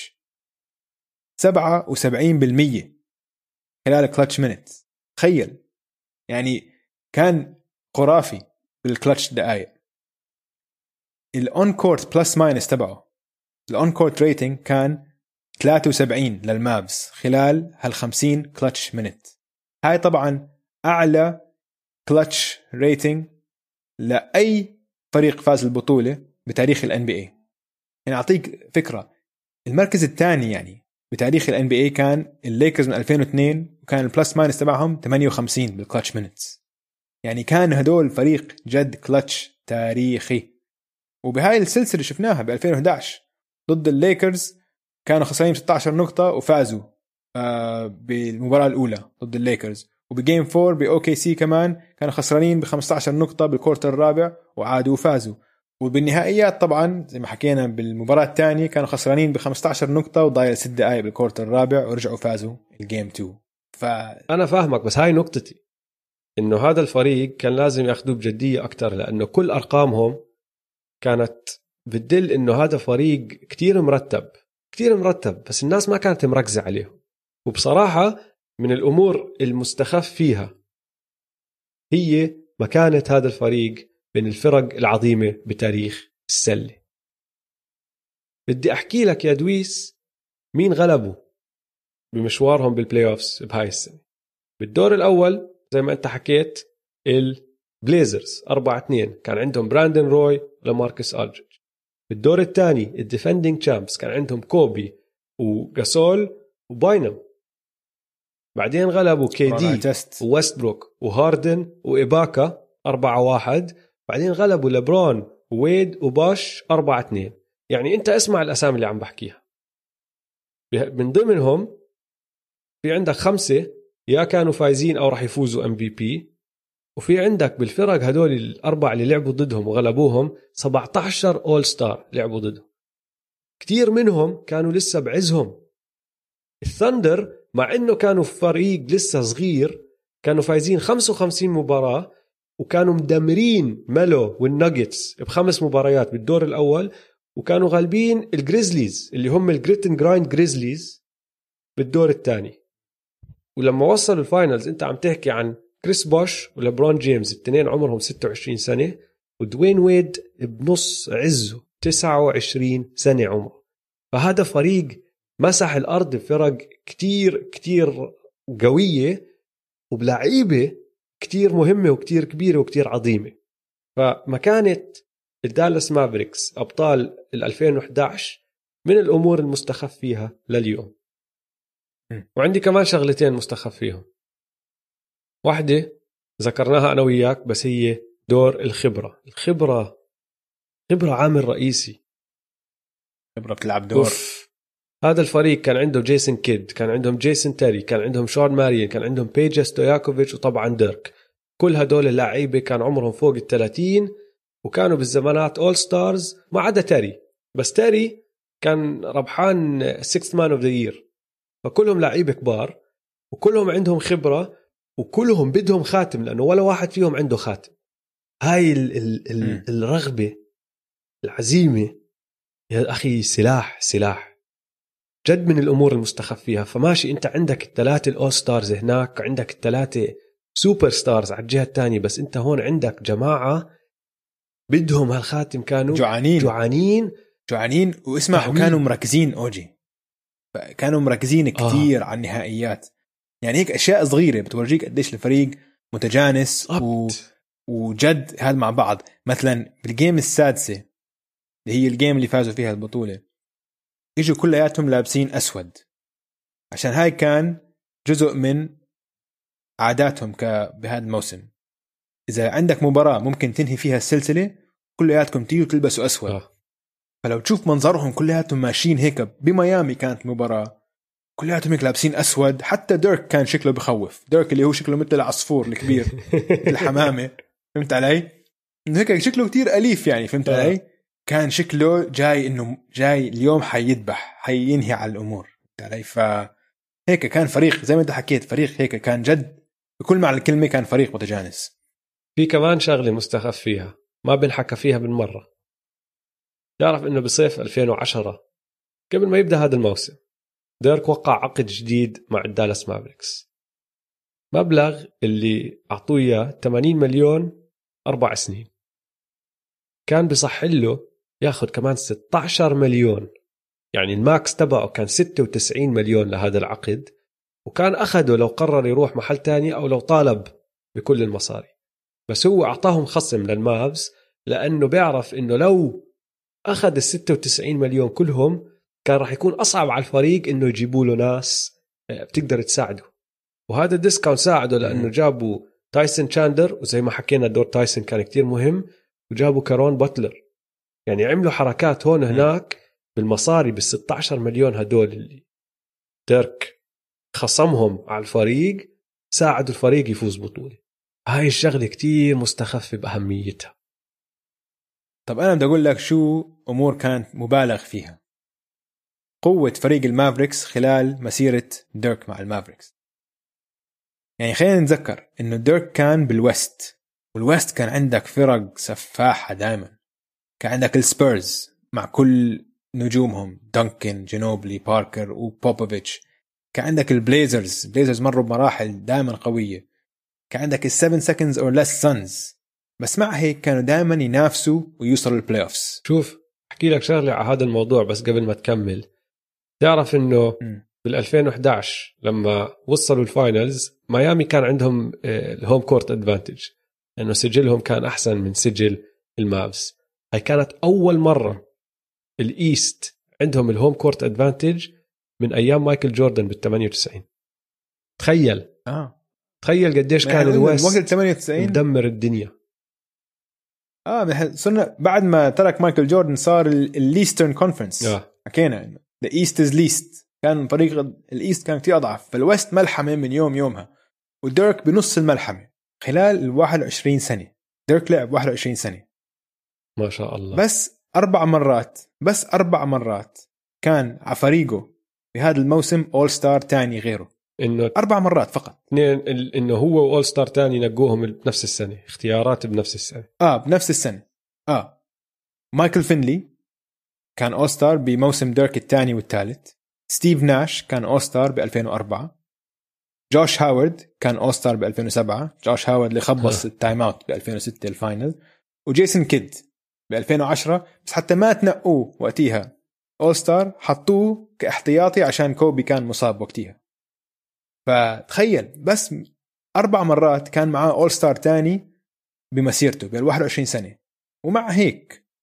77% خلال كلتش مينت. تخيل، يعني كان خرافي بالكلتش دقائق. الأون كورت بلس ماينس تبعه، الأون كورت ريتنج كان 73 للمافز خلال هال50 كلتش مينت. هاي طبعا أعلى كلتش ريتنج لأي فريق فاز البطولة بتاريخ ال NBA. يعني أعطيك فكرة، المركز الثاني يعني بتاريخ ال NBA كان الليكرز من 2002 وكان البلس ماينس تبعهم 58 بالكلتش مينتس. يعني كان هدول فريق جد كلتش تاريخي. وبهاي السلسلة اللي شفناها ب 2011 ضد الليكرز كانوا خسرانين 16 نقطة وفازوا بالمباراة الأولى ضد الليكرز. وبجيم 4 بأوكي سي كمان كانوا خسرانين ب15 نقطة بالكورتر الرابع وعادوا وفازوا. وبالنهائيات طبعا زي ما حكينا بالمباراة الثانية كانوا خسرانين ب15 نقطة وضايل 6 دقائق بالكورتر الرابع ورجعوا فازوا الجيم 2. أنا فاهمك، بس هاي نقطتي، إنه هذا الفريق كان لازم يأخذوه بجدية أكتر، لأنه كل أرقامهم كانت بتدل إنه هذا فريق كتير مرتب كتير مرتب، بس الناس ما كانت مركزة عليهم. وبصراحة من الأمور المستخف فيها هي مكانة هذا الفريق بين الفرق العظيمة بتاريخ السلة. بدي أحكي لك يا دويس مين غلبوا بمشوارهم بالبلاي أوفس بهاي السنة. بالدور الأول زي ما أنت حكيت البليزرز 4-2 كان عندهم براندن روي لماركس ألدريدج. بالدور الثاني الديفندينج تشامبس كان عندهم كوبي وغاسول وباينم. بعدين غلبوا KD وويستبروك وهاردن وإباكا 4-1. بعدين غلبوا لبرون وويد وباش 4-2. يعني أنت اسمع الأسامي اللي عم بحكيها، من ضمنهم في عندك 5 يا كانوا فايزين أو راح يفوزوا MVP، وفي عندك بالفرق هدول الأربع اللي لعبوا ضدهم وغلبوهم 17 أول ستار لعبوا ضدهم. كتير منهم كانوا لسه بعزهم. الثندر مع إنه كانوا فريق لسه صغير كانوا فايزين 55 مباراة وكانوا مدمرين ميلو والناجتس ب5 مباريات بالدور الأول، وكانوا غالبين الجريزليز اللي هم الجريت اند جرايند جريزليز بالدور الثاني. ولما وصلوا الفاينلز انت عم تحكي عن كريس بوش ولبرون جيمس الاثنين عمرهم 26 سنة، ودوين ويد بنص عزه 29 سنة عمره. فهذا فريق مسح الأرض بفرق كتير كتير قوية وبلعيبة كتير مهمة وكتير كبيرة وكتير عظيمة. فمكانة الدالاس مافريكس أبطال 2011 من الأمور المستخف فيها لليوم. وعندي كمان شغلتين مستخف فيهم. واحدة ذكرناها أنا وياك بس هي دور الخبرة عامل رئيسي. خبرة بتلعب دور. هذا الفريق كان عنده جيسون كيد، كان عندهم جيسون تيري، كان عندهم شون ماريان، كان عندهم بيجا ستوياكوفيتش، وطبعا ديرك. كل هدول اللعيبة كان عمرهم فوق 30 وكانوا بالزمانات أول ستارز ما عدا تيري. بس تيري كان ربحان 6th man of the year. فكلهم لعيبة كبار وكلهم عندهم خبرة وكلهم بدهم خاتم، لأنه ولا واحد فيهم عنده خاتم. هاي الرغبة العزيمة يا أخي سلاح جد من الأمور المستخف فيها. فماشي أنت عندك الثلاثة الأول ستارز هناك، عندك الثلاثة سوبر ستارز على الجهة الثانية، بس أنت هون عندك جماعة بدهم هالخاتم، كانوا جوعانين واسمع وكانوا مركزين أوجي، كانوا مركزين كتير على النهائيات. يعني هيك أشياء صغيرة بتورجيك قديش الفريق متجانس وجد هذا مع بعض. مثلا بالجيم السادسة اللي هي الجيم اللي فازوا فيها البطولة، إجوا كلياتهم لابسين أسود، عشان هاي كان جزء من عاداتهم بهذا الموسم. إذا عندك مباراة ممكن تنهي فيها السلسلة كلياتكم تيجوا تلبسوا أسود. فلو تشوف منظرهم كلياتهم ماشيين هيك. بميامي كانت مباراة كلياتهم هيك لابسين أسود. حتى ديرك كان شكله بخوف، ديرك اللي هو شكله مثل العصفور الكبير الحمامة، فهمت علي؟ إنه هيك شكله كتير أليف يعني، فهمت علي؟ كان شكله إنه جاي اليوم حيذبح حينهي على الأمور، فهمت علي؟ فهيك كان فريق زي ما أنت حكيت، فريق هيك كان جد بكل معنى الكلمة، كان فريق متجانس. في كمان شغلة مستخف فيها ما بنحكى فيها بالمرة. تعرف إنه بصيف 2010 قبل ما يبدأ هذا الموسم ديرك وقع عقد جديد مع الدالاس مافريكس. مبلغ اللي أعطوه إياه 80 مليون 4 سنين. كان بصح له ياخد كمان 16 مليون، يعني الماكس تبعه كان 96 مليون لهذا العقد، وكان أخده لو قرر يروح محل تاني أو لو طالب بكل المصاري. بس هو أعطاهم خصم للمافز لأنه بيعرف إنه لو أخذ 96 مليون كلهم كان راح يكون أصعب على الفريق إنه يجيبوا له ناس بتقدر تساعده. وهذا الديسكاونت ساعده لأنه جابوا تايسون تشاندر، وزي ما حكينا دور تايسون كان كتير مهم، وجابوا كارون باتلر. يعني عملوا حركات هون هناك بالمصاري بال16 مليون هدول اللي ديرك خصمهم على الفريق، ساعدوا الفريق يفوز بطولة. هاي الشغلة كتير مستخفة بأهميتها. طب أنا بدي أقول لك شو أمور كانت مبالغ فيها. قوة فريق المافريكس خلال مسيرة ديرك مع المافريكس. يعني خلينا نتذكر إنه ديرك كان بالوست، والوست كان عندك فرق سفاحة دائما. كان عندك السبيرز مع كل نجومهم، دانكن، جينوبلي، باركر وبوبوفيتش. كان عندك البليزرز مروا بمراحل دائما قوية. كان عندك ال7 seconds or less Suns، بس مع هيك كانوا دائما ينافسوا ويوصلوا البلاي أوفس. شوف أحكي لك شغلة على هذا الموضوع بس قبل ما تكمل. تعرف إنه بال2011 لما وصلوا الفاينلز ميامي كان عندهم الهوم كورت أدفانتج، لأنه سجلهم كان أحسن من سجل المافز. هاي كانت أول مرة الإيست عندهم الهوم كورت أدفانتج من أيام مايكل جوردن بال98. تخيل تخيل قديش كان الويست مدمر الدنيا. صرنا بعد ما ترك مايكل جوردن صار الليسترن كونفرنس. حكينا انه the east is least، كان فريق الايست كان كتير اضعف، فالويست ملحمه من يومها. وديرك بنص الملحمه خلال 21 سنه. ديرك لعب 21 سنه ما شاء الله. بس 4 مرات كان على فريقه بهذا الموسم اول ستار تاني غيره. انه 4 مرات فقط. انه هو واول ستار تاني نقوهم بنفس السنه، اختيارات بنفس السنه. بنفس السنه. مايكل فينلي كان اول ستار بموسم ديرك الثاني والثالث. ستيف ناش كان اول ستار ب2004. جوش هاورد كان اول ستار ب2007. جوش هاورد اللي خبص التايم اوت ب2006 الفاينل. وجيسون كيد ب2010، بس حتى ما تنقوه وقتها اول ستار، حطوه كاحتياطي عشان كوبي كان مصاب وقتها. فتخيل بس 4 مرات كان معاه اول ستار تاني بمسيرته بال21 سنة. ومع هيك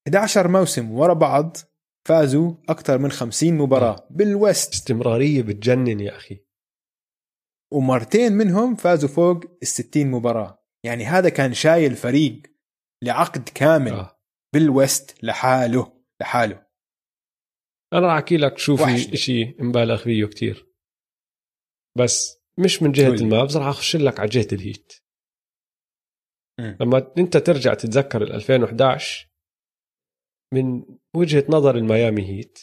11 موسم ورا بعض فازوا أكثر من 50 مباراة بالويست. استمرارية بتجنن يا أخي. ومرتين منهم فازوا فوق 60 مباراة. يعني هذا كان شايل فريق لعقد كامل بالويست لحاله. أنا راح أحكي لك شوفي إشي مبالغ فيه كتير، بس مش من جهة المابز. راح أخش لك على جهة الهيت. لما أنت ترجع تتذكر 2011 من وجهة نظر الميامي هيت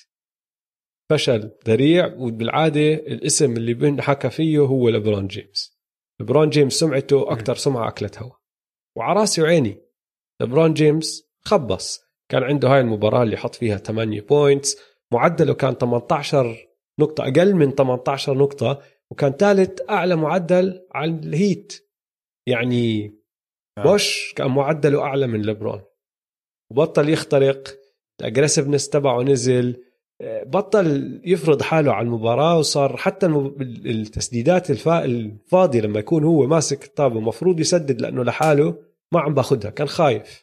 فشل ذريع، وبالعادة الاسم اللي بنحكى فيه هو لبرون جيمس. لبرون جيمس سمعته أكتر سمعة أكلت هوا، وعراسي وعيني لبرون جيمس خبص. كان عنده هاي المباراة اللي حط فيها 8 بوينتس، معدله كان 18 نقطة، أقل من 18 نقطة، وكان ثالث أعلى معدل على الهيت. يعني بوش كان معدله أعلى من لبرون، وبطل يخترق، الأجريسيفنس تبعه نزل، بطل يفرض حاله على المباراة، وصار حتى التسديدات الفاضية لما يكون هو ماسك الطابة مفروض يسدد لأنه لحاله ما عم باخدها، كان خايف.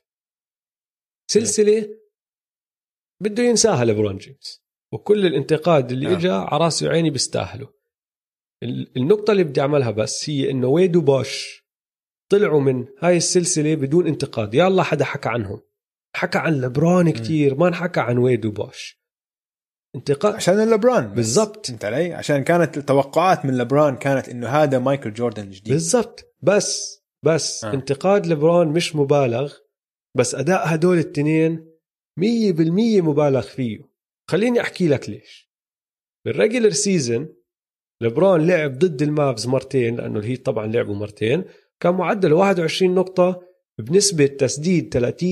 سلسلة بده ينساها لبرون جيمس، وكل الانتقاد اللي اجى عراسي وعيني بيستاهلوا. النقطة اللي بدي أعملها بس هي إنه ويد وبوش طلعوا من هاي السلسلة بدون انتقاد. يا الله حدا حكى عنهم، حكى عن لبرون كتير، ما نحكى عن ويد وبوش. انتقاد عشان لبرون بالضبط. انت علي؟ عشان كانت التوقعات من لبرون كانت إنه هذا مايكل جوردن الجديد بالضبط. بس انتقاد لبرون مش مبالغ، بس أداء هدول التنين 100% مبالغ فيه. خليني أحكي لك ليش. بالريجولر سيزن لبرون لعب ضد المافز مرتين، لأنه الهيت طبعا لعبوا مرتين، كان معدله 21 نقطة بنسبة تسديد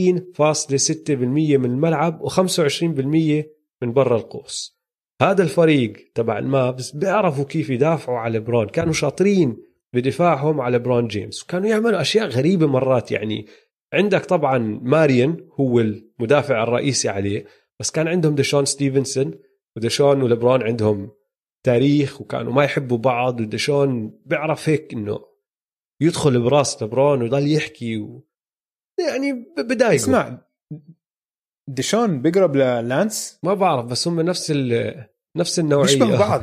30.6% من الملعب و25% من برا القوس. هذا الفريق تبع المافز بيعرفوا كيف يدافعوا على لبرون، كانوا شاطرين بدفاعهم على لبرون جيمس، وكانوا يعملوا أشياء غريبة مرات. يعني عندك طبعا ماريان هو المدافع الرئيسي عليه، بس كان عندهم ديشون ستيفنسون، وديشون ولبرون عندهم تاريخ وكانوا ما يحبوا بعض، وديشون بيعرف هيك إنه يدخل براس لبرون ويضل يحكي يعني بدايقه. اسمع، ديشون بيقرب للانس؟ ما بعرف، بس هم نفس النوعية، بيشبهوا بعض.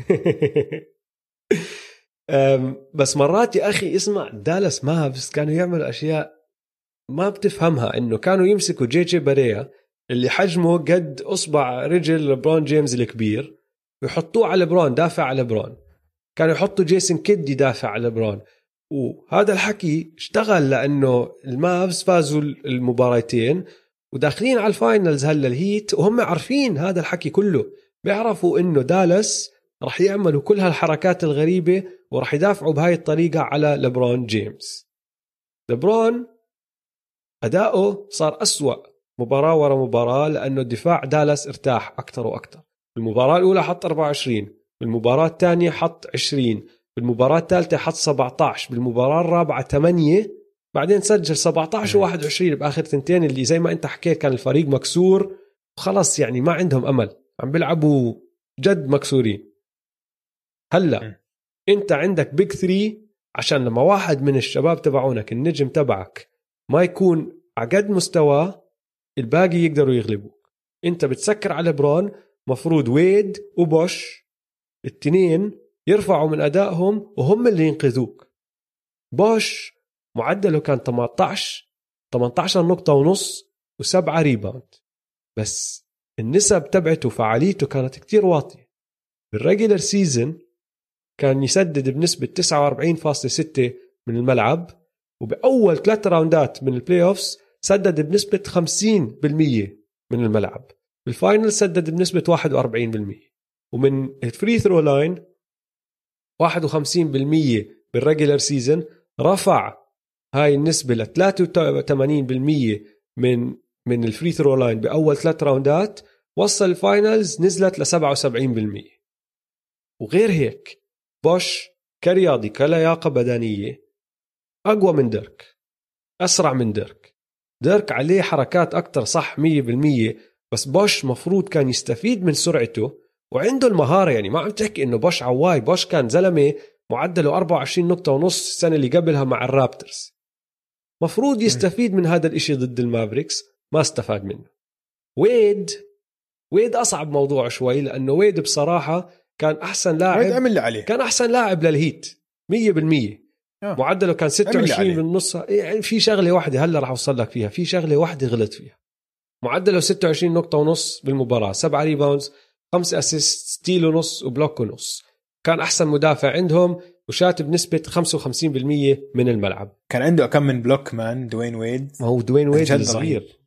بس مرات يا أخي اسمع، دالاس مافز كانوا يعملوا أشياء ما بتفهمها. إنه كانوا يمسكوا جي باريا اللي حجمه قد أصبع رجل لبرون جيمس الكبير ويحطوه على لبرون، دافع على لبرون. كانوا يحطوا جيسون كيد يدافع على لبرون، وهذا الحكي اشتغل لأنه المافز فازوا المباراتين وداخلين على الفاينلز هلا الهيت، وهم عارفين هذا الحكي كله. بيعرفوا إنه دالاس رح يعملوا كل هالحركات الغريبة ورح يدافعوا بهاي الطريقة على لبرون جيمس. لبرون أداؤه صار أسوأ مباراة ورا مباراة، لأنه الدفاع دالاس ارتاح أكتر وأكتر. بالمباراة الأولى حط 24، بالمباراة الثانية حط 20، بالمباراة الثالثة حط 17، بالمباراة الرابعة 8، بعدين سجل 17 و21 بآخر تنتين، اللي زي ما أنت حكيت كان الفريق مكسور وخلص، يعني ما عندهم أمل، عم بيلعبوا جد مكسورين. هلأ أنت عندك بيج 3، عشان لما واحد من الشباب تبعونك النجم تبعك ما يكون عقد مستواه الباقي يقدروا يغلبوك. أنت بتسكر على برون، مفروض ويد وبوش التنين يرفعوا من أدائهم وهم اللي ينقذوك. بوش معدله كان 18 نقطة ونص و7 ريباوند، بس النسب تبعته وفعاليته كانت كتير واطية. بالريجولر سيزن كان يسدد بنسبة 49.6 من الملعب، وبأول 3 راوندات من البلاي أوفس سدد بنسبة 50% من الملعب. بالفاينل سدد بنسبة 41%، ومن الفري ثرو لاين 51% بالريجولر سيزن، رفع هاي النسبة ل 83% من الفري ثرو لاين بأول 3 راوندات. وصل الفاينلز نزلت ل 77%. وغير هيك بوش كرياضي كلياقة بدنية أقوى من ديرك، أسرع من ديرك عليه حركات أكتر صح 100%، بس بوش مفروض كان يستفيد من سرعته وعنده المهارة. يعني ما عم تحكي إنه بوش عواي، بوش كان زلمة معدله 24 نقطة ونص السنة اللي قبلها مع الرابترز، مفروض يستفيد من هذا الاشي ضد المافريكس، ما استفاد منه. ويد أصعب موضوع شوي، لأنه ويد بصراحة كان أحسن لاعب، ويد عمل اللي عليه، كان أحسن لاعب للهيت 100%. معدله كان 26 بالنص. يعني في شغلة واحدة هلا راح أوصل لك فيها، في شغلة واحدة غلط فيها. معدله 26 نقطة ونص بالمباراة، 7 ريباوندز، 5 أسيست، ستيل ونص وبلوك ونص. كان أحسن مدافع عندهم وشات بنسبة 55% من الملعب. كان عنده كم من بلوك مان دوين ويد. ما هو دوين ويد الصغير.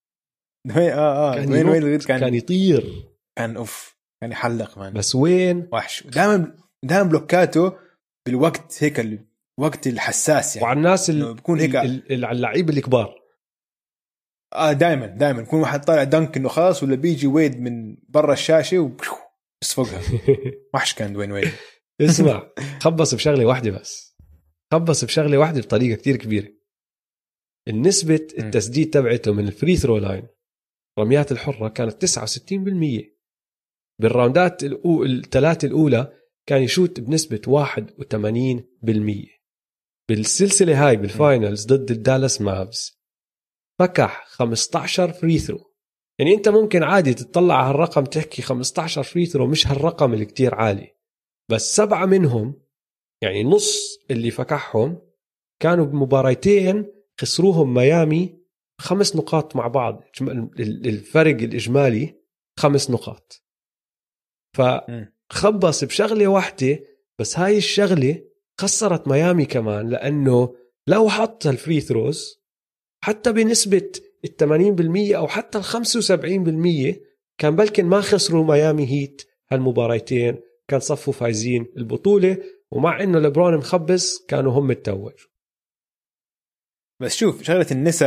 دوين ويد كان يطير، كان كان يحلق مان. بس وين وحش، دائما بلوكاته بالوقت هيك الوقت الحساس يعني. وعلى الناس اللي بيكون هيك على اللعيبة الكبار دائما يكون واحد طالع دنك انه خلاص، ولا بيجي ويد من برا الشاشة ويصفقها. وحش كان دوين ويد. اسمع، خبص بشغلة واحدة بس، خبص بشغلة واحدة بطريقة كتير كبيرة. النسبة التسديد تبعته من الفري ثرو لاين، رميات الحرة، كانت 69%. بالراوندات الثلاثة الأولى كان يشوت بنسبة 81%. بالسلسلة هاي بالفاينلز ضد الدالاس مافز فكح 15 فري ثرو. يعني أنت ممكن عادي تطلع على هالرقم تحكي 15 فري ثرو مش هالرقم اللي كتير عالي، بس 7 منهم يعني نص اللي فكحهم كانوا بمباراتين خسروهم ميامي 5 نقاط مع بعض. الفرق الإجمالي 5 نقاط. فخبص بشغلة واحدة بس، هاي الشغلة خسرت ميامي كمان، لأنه لو حط الفري ثروز حتى بنسبة 80% أو حتى 75% كان بلكن ما خسروا ميامي هيت هالمباراتين، كان صفوا فايزين البطولة. ومع إنه لبرون مخبص كانوا هم التوج. بس شوف شغلة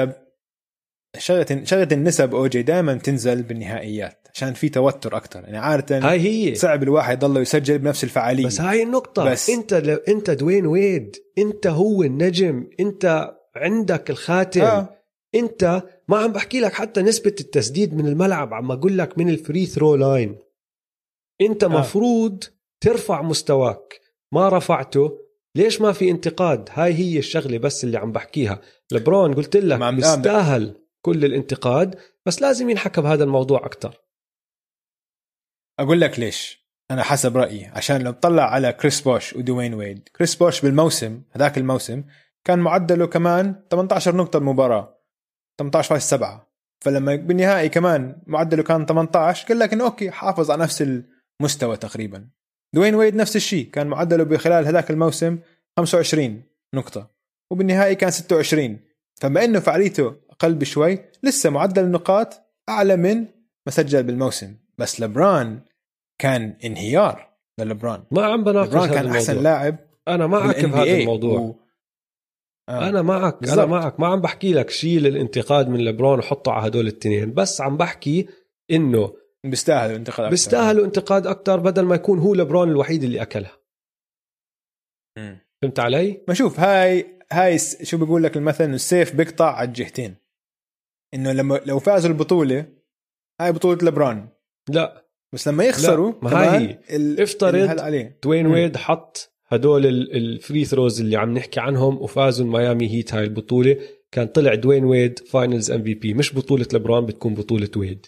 النسب أوجي دائما تنزل بالنهائيات عشان في توتر أكتر. يعني عادة هاي هي صعب الواحد يضل يسجل بنفس الفعالية. بس هاي النقطة، بس انت دوين ويد، انت هو النجم، انت عندك الخاتم. انت ما عم بحكي لك حتى نسبة التسديد من الملعب، عم اقول لك من الفري ثرو لاين. انت مفروض ترفع مستواك، ما رفعته. ليش ما في انتقاد؟ هاي هي الشغلة بس اللي عم بحكيها. لبرون قلت لك بيستاهل كل الانتقاد، بس لازم ينحكى بهذا الموضوع أكتر. أقول لك ليش. أنا حسب رأيي، عشان لو تطلع على كريس بوش ودوين ويد، كريس بوش بالموسم هذاك الموسم كان معدله كمان 18 نقطة المباراة، 18.7. فلما بالنهائي كمان معدله كان 18، قال لك إنه أوكي حافظ على نفس المستوى تقريبا. دوين ويد نفس الشيء، كان معدله بخلال هذاك الموسم 25 نقطة وبالنهائي كان 26. فما إنه فعاليته أقل بشوي، لسه معدل النقاط أعلى من ما سجل بالموسم. بس لبران كان انهيار للبران. ما عم بناقش لبران كان أحسن لاعب. أنا معك بهذا الموضوع. أنا معك بالزبط. أنا معك، ما عم بحكي لك شيل الانتقاد من لبران وحطه على هدول التنين، بس عم بحكي إنه بيستاهلوا انتقاد أكتر بدل ما يكون هو لبران الوحيد اللي أكلها. فهمت علي؟ ما شوف هاي شو بيقول لك المثل، إنه السيف بيقطع على الجهتين. إنه لو فازوا البطولة، هاي بطولة لبران، لا بس لما يخسروا كمان افترض دوين ويد حط هدول الفري ثروز اللي عم نحكي عنهم وفازوا الميامي هيت هاي البطولة، كان طلع دوين ويد فاينلز MVP، مش بطولة لبران، بتكون بطولة ويد.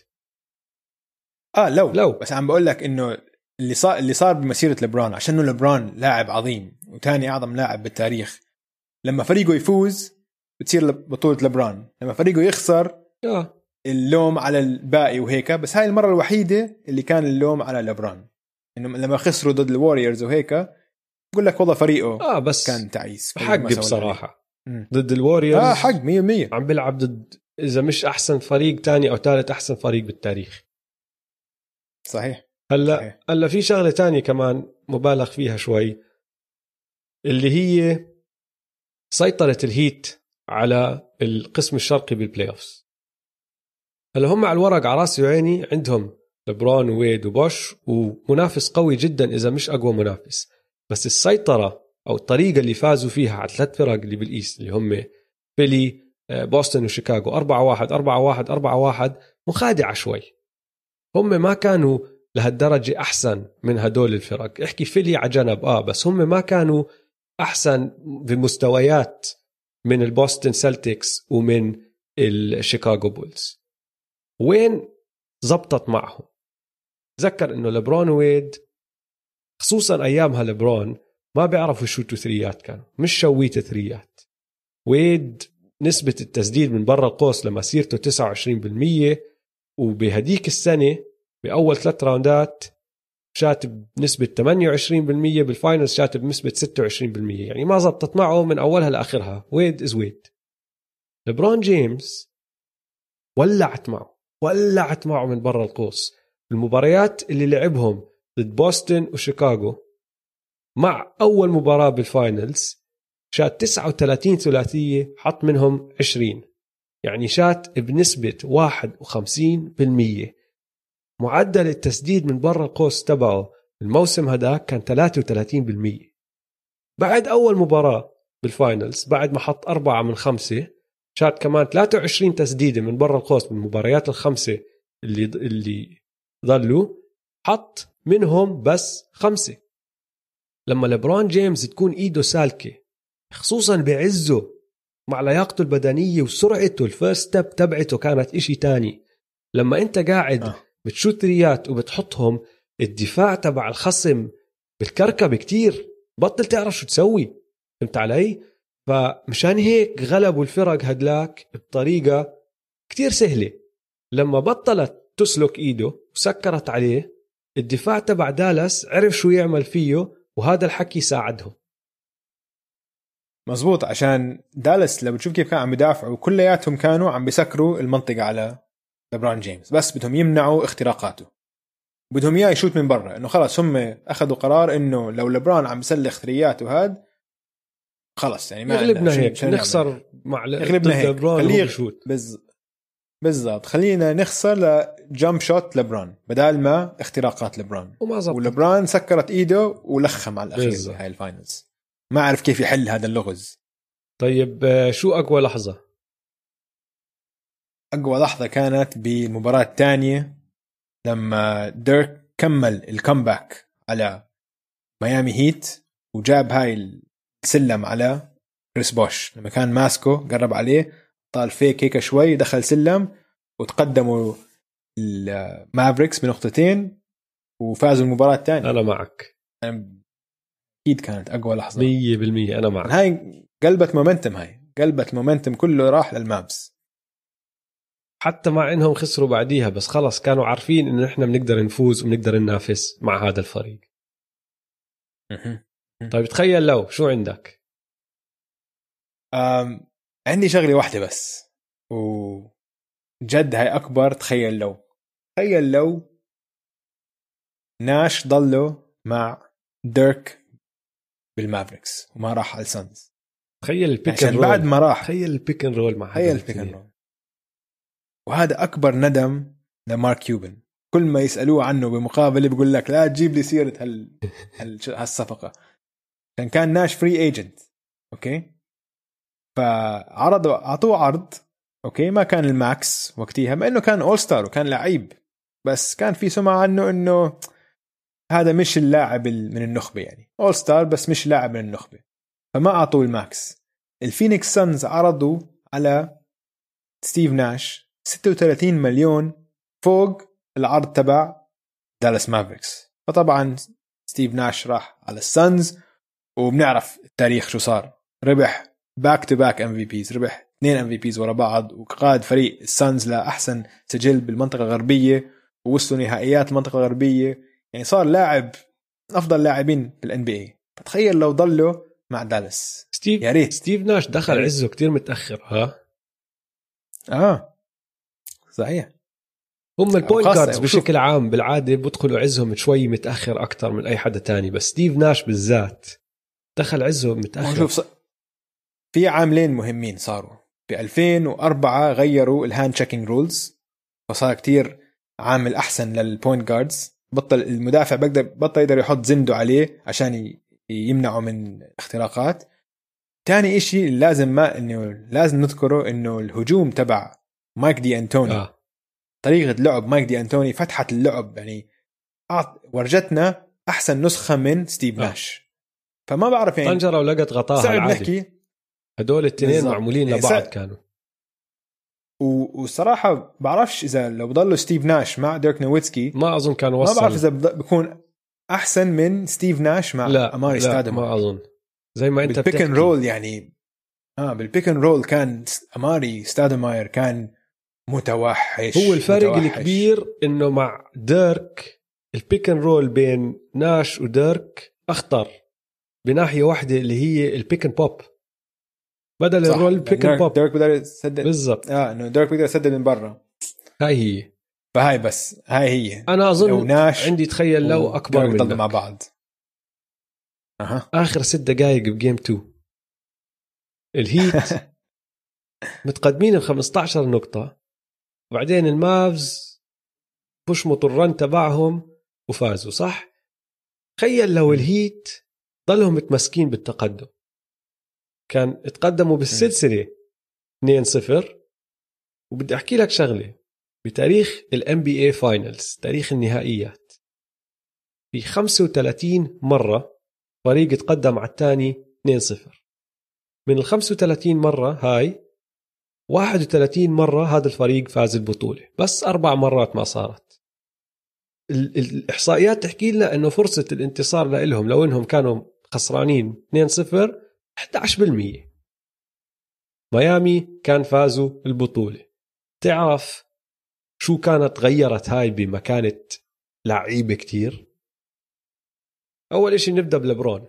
لو بس عم بقول لك إنه اللي صار بمسيرة لبران، عشان لبران لاعب عظيم وتاني أعظم لاعب بالتاريخ، لما فريقه يفوز بتصير بطولة لبران، لما فريقه يخسر اللوم على الباقي وهيك. بس هاي المرة الوحيدة اللي كان اللوم على لبران، إنه لما خسروا ضد الواريورز وهيك يقول لك والله فريقه بس كان تعيس. حق بصراحة ضد الواريورز حق 100%. عم بلعب ضد إذا مش أحسن فريق تاني أو ثالث أحسن فريق بالتاريخ. صحيح. هلا في شغلة تانية كمان مبالغ فيها شوي، اللي هي سيطرة الهيت على القسم الشرقي بالبلاي أوفس. هلا هم على الورق على راسي وعيني، عندهم لبرون وويد وبوش ومنافس قوي جدا إذا مش أقوى منافس، بس السيطرة أو الطريقة اللي فازوا فيها على 3 فرق اللي بالإيست اللي هم فيلي، بوسطن وشيكاغو، 4-1 4-1 4-1، مخادعة شوي. هم ما كانوا لهالدرجة أحسن من هدول الفرق. احكي فيلي على جنب بس هم ما كانوا أحسن بمستويات من البوستن سلتكس ومن الشيكاغو بولز. وين زبطت معهم. تذكر إنه لبرون ويد خصوصا أيامها لبرون ما بيعرفوا يشوتوا ثريات، كانوا مش شويت ثريات. ويد نسبة التسديد من برا القوس لمسيرته 29%، وبهديك السنة بأول 3 راوندات شات بنسبة 28%، بالفاينلز شات بنسبة 26%. يعني ما زبطت معه من أولها لآخرها. ويد إز ويد. لبرون جيمس ولعت معه من برا القوس. المباريات اللي لعبهم ضد بوسطن وشيكاغو، مع أول مباراة بالفاينلز شات 39 ثلاثية، حط منهم 20، يعني شات بنسبة 51%. معدل التسديد من برا القوس تبعه الموسم هذا كان 33%. بعد أول مباراة بالفاينلز بعد ما حط 4 من 5 شات كمان 23 تسديدة من برا القوس من المباريات الخمسة اللي ظلوا، حط منهم بس 5. لما لبرون جيمس تكون إيده سالكة خصوصا بعزه مع لياقته البدنية وسرعته، الفيرست ستيب تبعته كانت إشي تاني. لما أنت قاعد بتشوت ثريات وبتحطهم، الدفاع تبع الخصم بالكركب كتير، بطل تعرف شو تسوي. فهمت علي؟ فمشان هيك غلبوا الفرق هدلاك بطريقة كتير سهلة. لما بطلت تسلك إيده وسكرت عليه، الدفاع تبع دالاس عرف شو يعمل فيه، وهذا الحكي ساعدهم. مزبوط، عشان دالاس لو بتشوف كيف كان عم يدافعوا كلياتهم كانوا عم بيسكروا المنطقة على لبرون جيمس، بس بدهم يمنعوا اختراقاته، بدهم اياه يشوت من برا. انه خلاص هم اخذوا قرار انه لو لبرون عم بسلخ ثريات وهاد خلاص يعني ما يغلبنا هيك نخسر مع يغلبنا هيك خليه بالضبط، خلينا نخسر لجامب شوت لبرون بدال ما اختراقات لبرون. ولبرون سكرت ايده ولخم على الاخير بهاي الفاينلز، ما عرف كيف يحل هذا اللغز. طيب شو اقوى لحظة؟ اقوى لحظة كانت بالمباراة الثانية لما ديرك كمل الكمباك على ميامي هيت وجاب هاي السلم على كريس بوش. لما كان ماسكه قرب عليه طال فيك هيك شوي، دخل سلم وتقدموا المافريكس بنقطتين وفازوا المباراة الثانية. أنا معك، أكيد كانت أقوى لحظة 100%. أنا معك. هاي قلبت مومنتم، هاي قلبت مومنتم كله راح للمابس، حتى مع إنهم خسروا بعديها، بس خلص كانوا عارفين إن إحنا بنقدر نفوز وبنقدر ننافس مع هذا الفريق. طيب تخيل لو شو عندك؟ عندي شغلة واحدة بس، وجد هاي أكبر. تخيل لو ناش ضله مع ديرك بالمافريكس وما راح على السانز. تخيل البيك اند رول بعد ما راح، تخيل البيك اند رول مع هذا البيك اند رول. وهذا أكبر ندم لمارك كيوبن. كل ما يسألوه عنه بمقابلة بيقول لك لا تجيب لي سيرة هالصفقة، كان ناش فري ايجنت. اوكي، فعرضوا اعطوه عرض اوكي، ما كان الماكس وقتها مع انه كان اول ستار وكان لعيب، بس كان في سمعة عنه انه هذا مش اللاعب من النخبة، يعني اول ستار بس مش لاعب من النخبة، فما اعطوه الماكس. الفينيكس سانز عرضوا على ستيف ناش 36 مليون فوق العرض تبع دالاس مافريكس. فطبعا ستيف ناش راح على السانز، وبنعرف التاريخ شو صار، ربح باك تو باك MVPs، ربح 2 MVPs ورا بعض، وقاد فريق السانز لأحسن سجل بالمنطقة الغربية، ووصلوا نهائيات المنطقة الغربية، يعني صار لاعب أفضل لاعبين بالNBA. فتخيل لو ضلوا مع دالاس. يا ريت ستيف ناش دخل عزه كتير متأخر. صحيح. هم البوينت جاردز بشكل عام بالعادة بدخلوا عزهم شوي متأخر أكتر من أي حدا تاني، بس ستيف ناش بالذات دخل عزه متأخر. في عاملين مهمين صاروا في 2004 غيروا الهاند تشيكينج رولز، فصار كتير عامل أحسن للبوينت جاردز. بطل المدافع بطل يقدر يحط زنده عليه عشان يمنعه من اختراقات. تاني إشي لازم نذكره إنه الهجوم تبع مايك دي أنتوني طريقة لعب مايك دي أنتوني فتحت اللعب، يعني ورجتنا أحسن نسخة من ستيف ناش. فما بعرف يعني طنجرة ولقت غطاها العادي. هدول التنين معمولين لبعض كانوا. وصراحة بعرفش إذا لو بضلوا ستيف ناش مع ديرك نويتسكي ما أظن كان وصل. ما بعرف إذا بكون أحسن من ستيف ناش مع أماري ستادماير. ما أظن زي ما أنت بالبيك اند رول يعني بالبيك اند رول كان أماري ستادماير كان متوحش. هو الفرق الكبير إنه مع ديرك البيك اند رول بين ناش وديرك أخطر بناحية واحدة اللي هي البيك اند بوب بدل الرول بيك اند بوب. ديرك بيقدر يسدد بالضبط. إنه ديرك بيقدر يسدد من برا. هاي هي أنا أظن عندي تخيل لو أكبر منك مع بعض. آخر 6 دقائق بجيم 2 الهيت متقدمين ب15 نقطة وبعدين المافز بشمطوا الرن تبعهم وفازوا. صح؟ تخيل لو الهيت ضلهم متمسكين بالتقدم كان اتقدموا بالسلسلة 2-0. وبدي أحكي لك شغلة بتاريخ ال NBA Finals تاريخ النهائيات في 35 مرة فريق اتقدم على الثاني 2-0. من 35 مرة هاي 31 مرة هذا الفريق فاز البطولة. بس 4 مرات ما صارت. الإحصائيات تحكي لنا أنه فرصة الانتصار لهم لو أنهم كانوا خسرانين 2-0 11%. ميامي كان فازوا البطولة. تعرف شو كانت غيرت هاي بمكانة لعيبة كتير؟ أول إشي نبدأ بلبرون.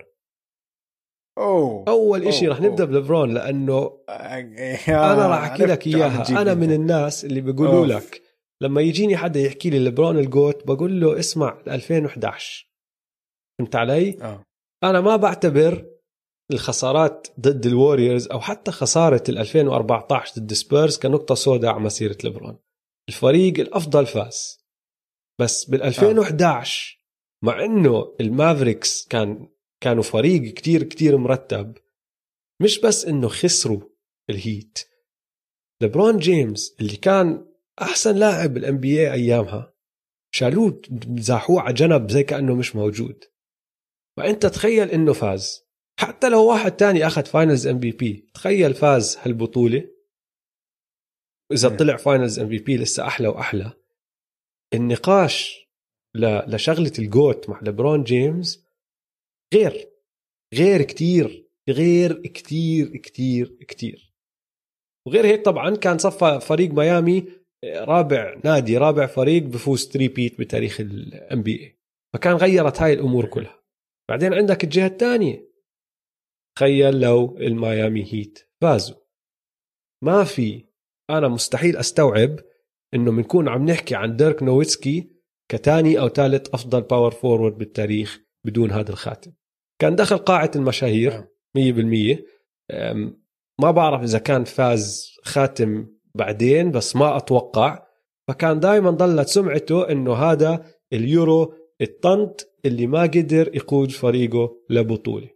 أول إشي رح نبدأ بلبرون لأنه أنا رح أحكي لك إياها. أنا من الناس اللي بيقولوا لك لما يجيني حدا يحكي لي لبرون الجوت بقول له اسمع 2011. فهمت علي؟ أنا ما بعتبر الخسارات ضد الواريورز أو حتى خسارة 2014 ضد سبيرز كنقطة سوداء على مسيرة لبرون. الفريق الأفضل فاز. بس بال2011 مع إنه المافريكس كانوا فريق كتير مرتب مش بس إنه خسروا الهيت. لبرون جيمس اللي كان أحسن لاعب بالNBA أيامها شالوه زاحوه على جنب زي كأنه مش موجود. وأنت تخيل إنه فاز. حتى لو واحد تاني أخذ فاينلز MVP تخيل فاز هالبطولة. إذا طلع فاينلز MVP لسه أحلى وأحلى. النقاش لشغلة الجوت مع لبرون جيمس غير كتير وغير هيك طبعا كان صفى فريق ميامي رابع فريق بفوز 3 بيت بتاريخ NBA. فكان غيرت هاي الأمور كلها. بعدين عندك الجهة الثانية. تخيل لو الميامي هيت فازوا. ما في أنا مستحيل أستوعب إنه بنكون عم نحكي عن ديرك نويتسكي كتاني أو ثالث أفضل باور فورورد بالتاريخ بدون هذا الخاتم. كان دخل قاعة المشاهير 100%. ما بعرف إذا كان فاز خاتم بعدين بس ما أتوقع. فكان دايما ضلت سمعته إنه هذا اليورو الطنط اللي ما قدر يقود فريقه لبطولة.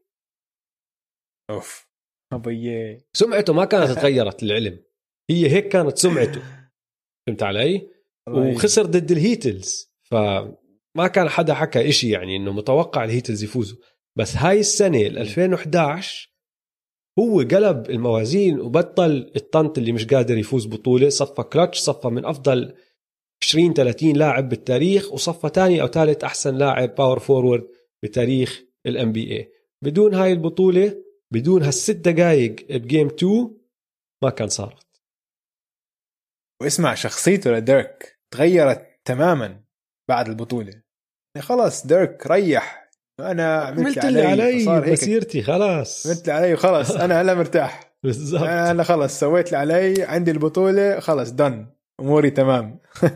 سمعته ما كانت تغيرت العلم. هي هيك كانت سمعته. فهمت علي؟ وخسر ضد الهيتلز فما كان حدا حكى إشي يعني إنه متوقع الهيتلز يفوزوا. بس هاي السنة 2011 هو قلب الموازين وبطل الطنط اللي مش قادر يفوز بطولة. صفى كلاتش. صفى من أفضل 20-30 لاعب بالتاريخ وصفى تاني أو ثالث أحسن لاعب باور فورورد بتاريخ NBA. بدون هاي البطولة بدون هال6 دقايق بجيم 2 ما كان صارت. واسمع شخصيته لديرك تغيرت تماما بعد البطولة. يعني خلاص ديرك ريح. أنا عملت علي مسيرتي خلاص. عملت علي وخلاص. أنا هلا مرتاح. بالضبط. أنا خلاص سويت اللي علي. عندي البطولة خلاص دن. أموري تمام.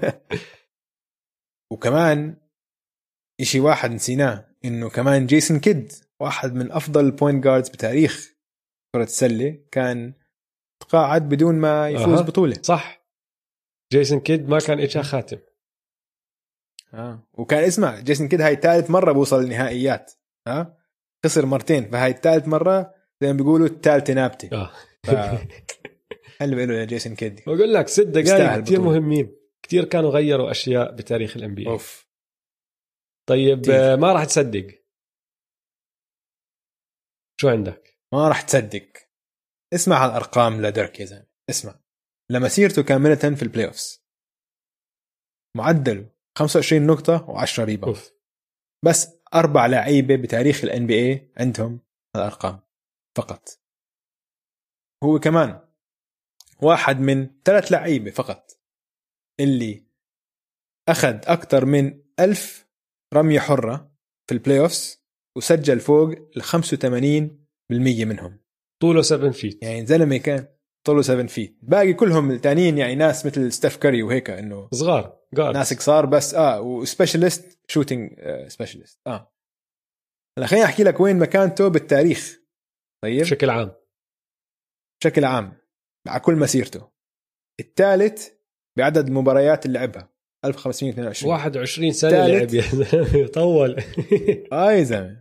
وكمان إشي واحد نسيناه إنه كمان جيسون كيد واحد من أفضل البوينت جاردز بتاريخ كرة السلة كان تقاعد بدون ما يفوز بطولة. صح. جيسون كيد ما كان إيش خاتم. وكان اسمع جيسون كيد هاي ثالث مرة بوصل النهائيات. خسر مرتين فهاي ثالث مرة زي ما بيقولوا الثالثة نابتة. حلو يا جيسون كيد. بقول لك 6 دقائق كتير مهمين. كتير كانوا غيروا أشياء بتاريخ الNBA. طيب ما راح تصدق. شو عندك؟ ما راح تصدق. اسمع على الأرقام لديرك يا زلمة. اسمع لمسيرته كاملة في البلاي أوفس. معدله 25 نقطة و10 ريباوند. بس 4 لاعيبة بتاريخ ال NBA عندهم الأرقام فقط. هو كمان واحد من 3 لاعيبة فقط اللي أخذ أكتر من 1000 رمية حرة في البلاي أوفس وسجل فوق 85% منهم. طوله 7 فيت، يعني زلمة كان طوله 7 فيت. باقي كلهم التانيين يعني ناس مثل ستيف كاري وهيك، إنه صغار ناس قصار بس وسبيشاليست شوتينج سبيشاليست. هلا خليني أحكي لك وين مكانته بالتاريخ. طيب بشكل عام مع كل مسيرته، الثالث بعدد المباريات اللي لعبها 1522. 21 سنة لعب يا زلمة، طول. يا زلمة.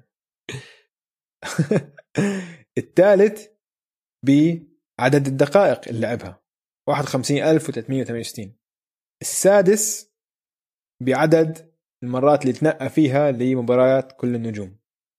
الثالث بعدد الدقائق اللي لعبها 51368. السادس بعدد المرات اللي تنقى فيها لمباريات كل النجوم.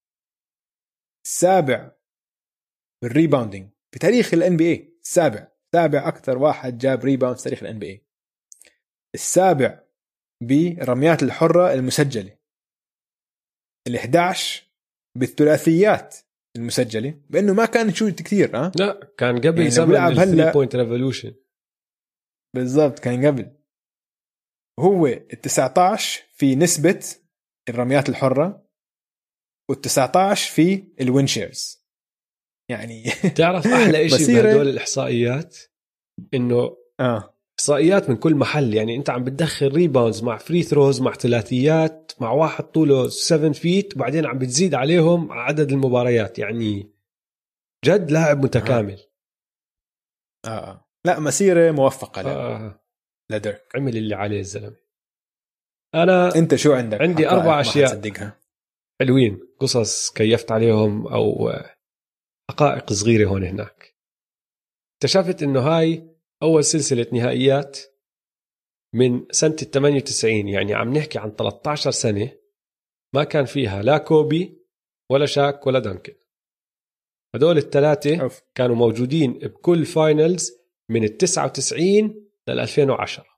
السابع بالريباوندينج في تاريخ ال NBA. سابع أكثر واحد جاب ريباوند في تاريخ ال NBA. السابع برميات الحرة المسجلة. ال11 بالثلاثيات المسجلة، بأنه ما كان شوت كثير. لا كان قبل يعني زمن ال 3 point revolution. بالضبط كان قبل. هو ال19 في نسبة الرميات الحرة، وال19 في الوين شيرز. يعني تعرف أحلى إشي بهدول الإحصائيات إنه إحصائيات من كل محل. يعني أنت عم بتدخل ريباوندز مع فري ثروز مع ثلاثيات مع واحد طوله 7 فيت، وبعدين عم بتزيد عليهم عدد المباريات. يعني جد لاعب متكامل. لا مسيرة موفقة لديرك. عمل اللي عليه الزلمة. أنت شو عندك؟ عندي 4 أشياء حلوين، قصص كيفت عليهم أو حقائق صغيرة هون هناك. اكتشفت إنه هاي أول سلسلة نهائيات من سنة 98، يعني عم نحكي عن 13 سنة ما كان فيها لا كوبي ولا شاك ولا دانكن. هدول الثلاثة كانوا موجودين بكل فاينلز من 99 لل 2010.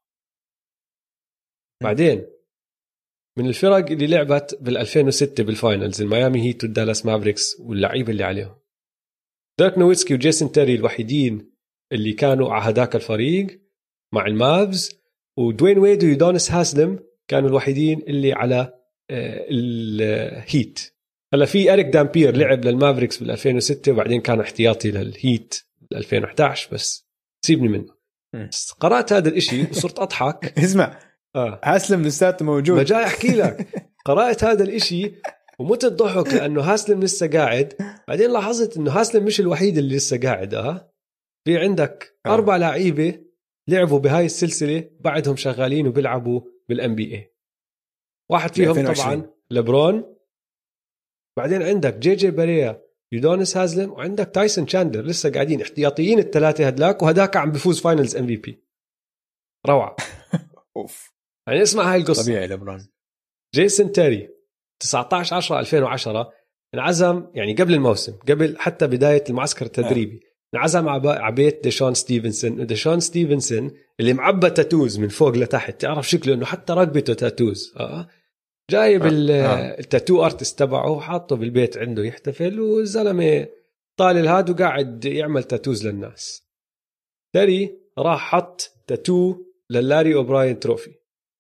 بعدين من الفرق اللي لعبت بال 2006 بالفاينلز، الميامي هيت والدالاس مافريكس واللعيبة اللي عليهم، ديرك نويتسكي وجيسون تيري الوحيدين اللي كانوا على هداك الفريق مع المافز، ودوين ويد ويودونيس هاسلم كانوا الوحيدين اللي على الهيت. هلا في إريك دامبير لعب للمافريكس بال 2006 وبعدين كان احتياطي للهيت بال 2011، بس سيبني منه. قرأت هذا الاشي وصرت أضحك. اسمع هاسلم لساته موجود. ما جاي أحكي لك. قرأت هذا الاشي ومت الضحك لأنه هاسلم لسه قاعد. بعدين لاحظت إنه هاسلم مش الوحيد اللي لسه قاعد. في عندك 4 لاعيبة لعبوا بهاي السلسلة بعدهم شغالين وبيلعبوا بالNBA. واحد فيهم طبعا لبرون، بعدين عندك جي باريا، يودونيس هازلم، وعندك تايسون تشاندلر لسه قاعدين احتياطيين الثلاثة هدلاك، وهداك عم بيفوز فاينلز MVP. روعة. يعني اسمع هاي القصة. طبيعي لبرون. جيسون تيري 19/10/2010 انعزم، يعني قبل الموسم، قبل حتى بداية المعسكر التدريبي، انعزم على بيت ديشون ستيفنسون. وديشون ستيفنسون اللي معبى تاتوز من فوق لتحت، تعرف شكله انه حتى رقبته تاتوز. جايب التاتو ارتست تبعه وحاطه بالبيت عنده يحتفل، والزلمه طالع هاد وقاعد يعمل تاتوز للناس. تري راح حط تاتو للاري اوبراين تروفي،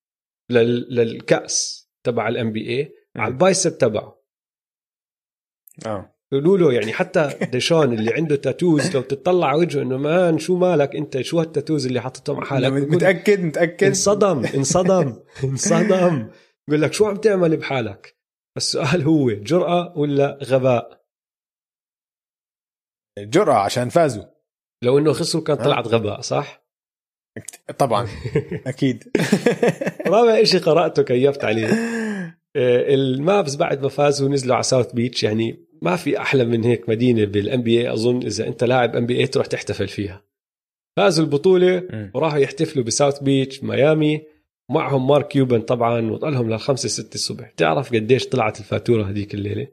للكأس تبع الNBA على البايسب تبعه. قالوا له يعني حتى ديشون اللي عنده تاتوز لو تطلع وجهه انه مان شو مالك انت، شو هالتاتوز اللي حطيتهم على حالك؟ متأكد انصدم. يقول لك شو عم تعمل بحالك؟ السؤال هو جرأة ولا غباء؟ جرأة عشان فازوا. لو انه خسروا كان طلعت غباء، صح؟ طبعا اكيد. رابع اشي قرأته كيفت عليه، المابس بعد ما فازوا نزلوا على ساوث بيتش. يعني ما في احلى من هيك مدينة بالNBA اظن، اذا انت لاعب NBA تروح تحتفل فيها. فازوا البطولة وراحوا يحتفلوا بساوث بيتش ميامي، معهم مارك كيوبن طبعا، وطلهم 5-6 الصبح. تعرف قديش طلعت الفاتورة هذيك الليلة؟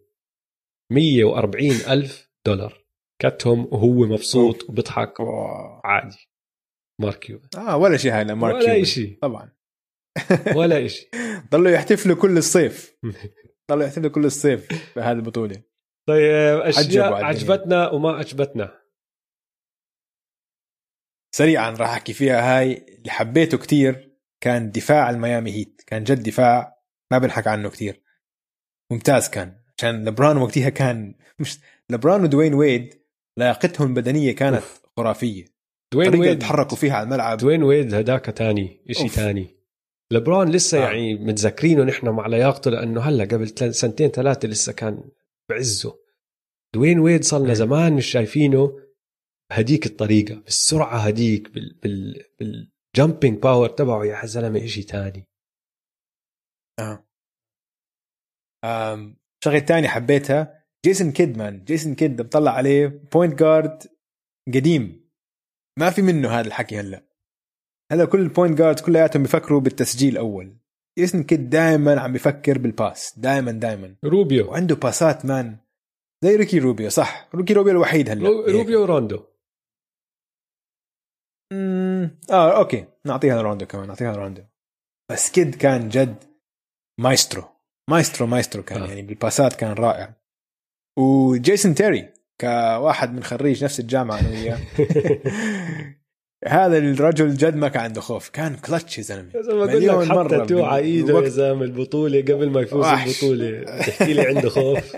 $140,000 كتهم، وهو مبسوط وبضحك عادي. مارك كيوبن ولا شيء هاي لمارك ولا كيوبن شيء طبعا. ولا شيء. ضلوا يحتفلوا كل الصيف بهذه البطولة. طيب أشياء عجبتنا وما عجبتنا سريعا راح أحكي فيها. هاي اللي حبيته كتير كان دفاع الميامي هيت، كان جد دفاع ما بنحكي عنه كتير، ممتاز كان. عشان لبران وقتها كان مش لبران ودوين ويد لياقتهم البدنية كانت خرافية. دوين ويد تحركوا فيها على الملعب. دوين ويد هداك تاني إشي تاني. لبران لسه يعني متذكرينه نحن مع لياقته لأنه هلا قبل سنتين ثلاثة لسه كان بعزه. دوين ويد صلنا زمان مش شايفينه بهديك الطريقة، بالسرعة هديك، بالجامبينج باور تبعه يا زلمة إشي تاني. شغلة تانية حبيتها جيسون كيد بطلع عليه بوينت جارد قديم، ما في منه هذا الحكي. هلا كل البوينت جارد كلياتهم بيفكروا بالتسجيل أول. جيسون كيد دائما عم بيفكر بالباس، دائما. روبيو وعنده باسات مان زي ريكي روبيو. صح، ريكي روبيو الوحيد هلا. روبيو وروندو. اوكي نعطيها روندو كمان، بس كيد كان جد مايسترو كان يعني بالباسات كان رائع. وجيسون تيري كواحد من خريج نفس الجامعة أنا وياه هذا الرجل جد ما كان عنده خوف، كان كلتش يا زلمة مليون مرة. حتى توعى ايده يا زلمة البطولة قبل ما يفوز البطولة تحكي لي عنده خوف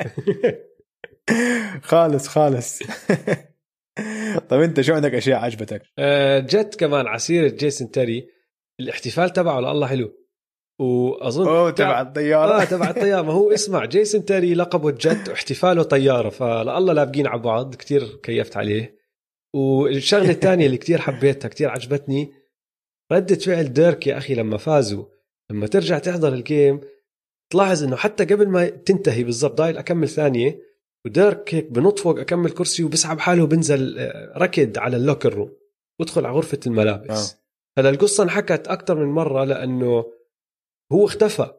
خالص طيب انت شو عندك اشياء عجبتك؟ جد كمان عسيرة جيسون تيري الاحتفال تبعه لله حلو. واظن تبع الطياره تبع الطياره. ما هو اسمع جيسون تيري لقبه جت واحتفاله طياره، فلله لابقين على بعض. كتير كيفت عليه. والشغله الثانيه اللي كتير حبيتها كتير عجبتني ردة فعل ديرك يا اخي لما فازوا. لما ترجع تحضر الجيم تلاحظ انه حتى قبل ما تنتهي بالضبط ضايل اكمل ثانيه وديرك هيك بنط فوق اكمل كرسي وبسحب حاله وبنزل ركض على اللوكر روم وادخل على غرفه الملابس. هذا القصه انحكت اكثر من مره لانه هو اختفى،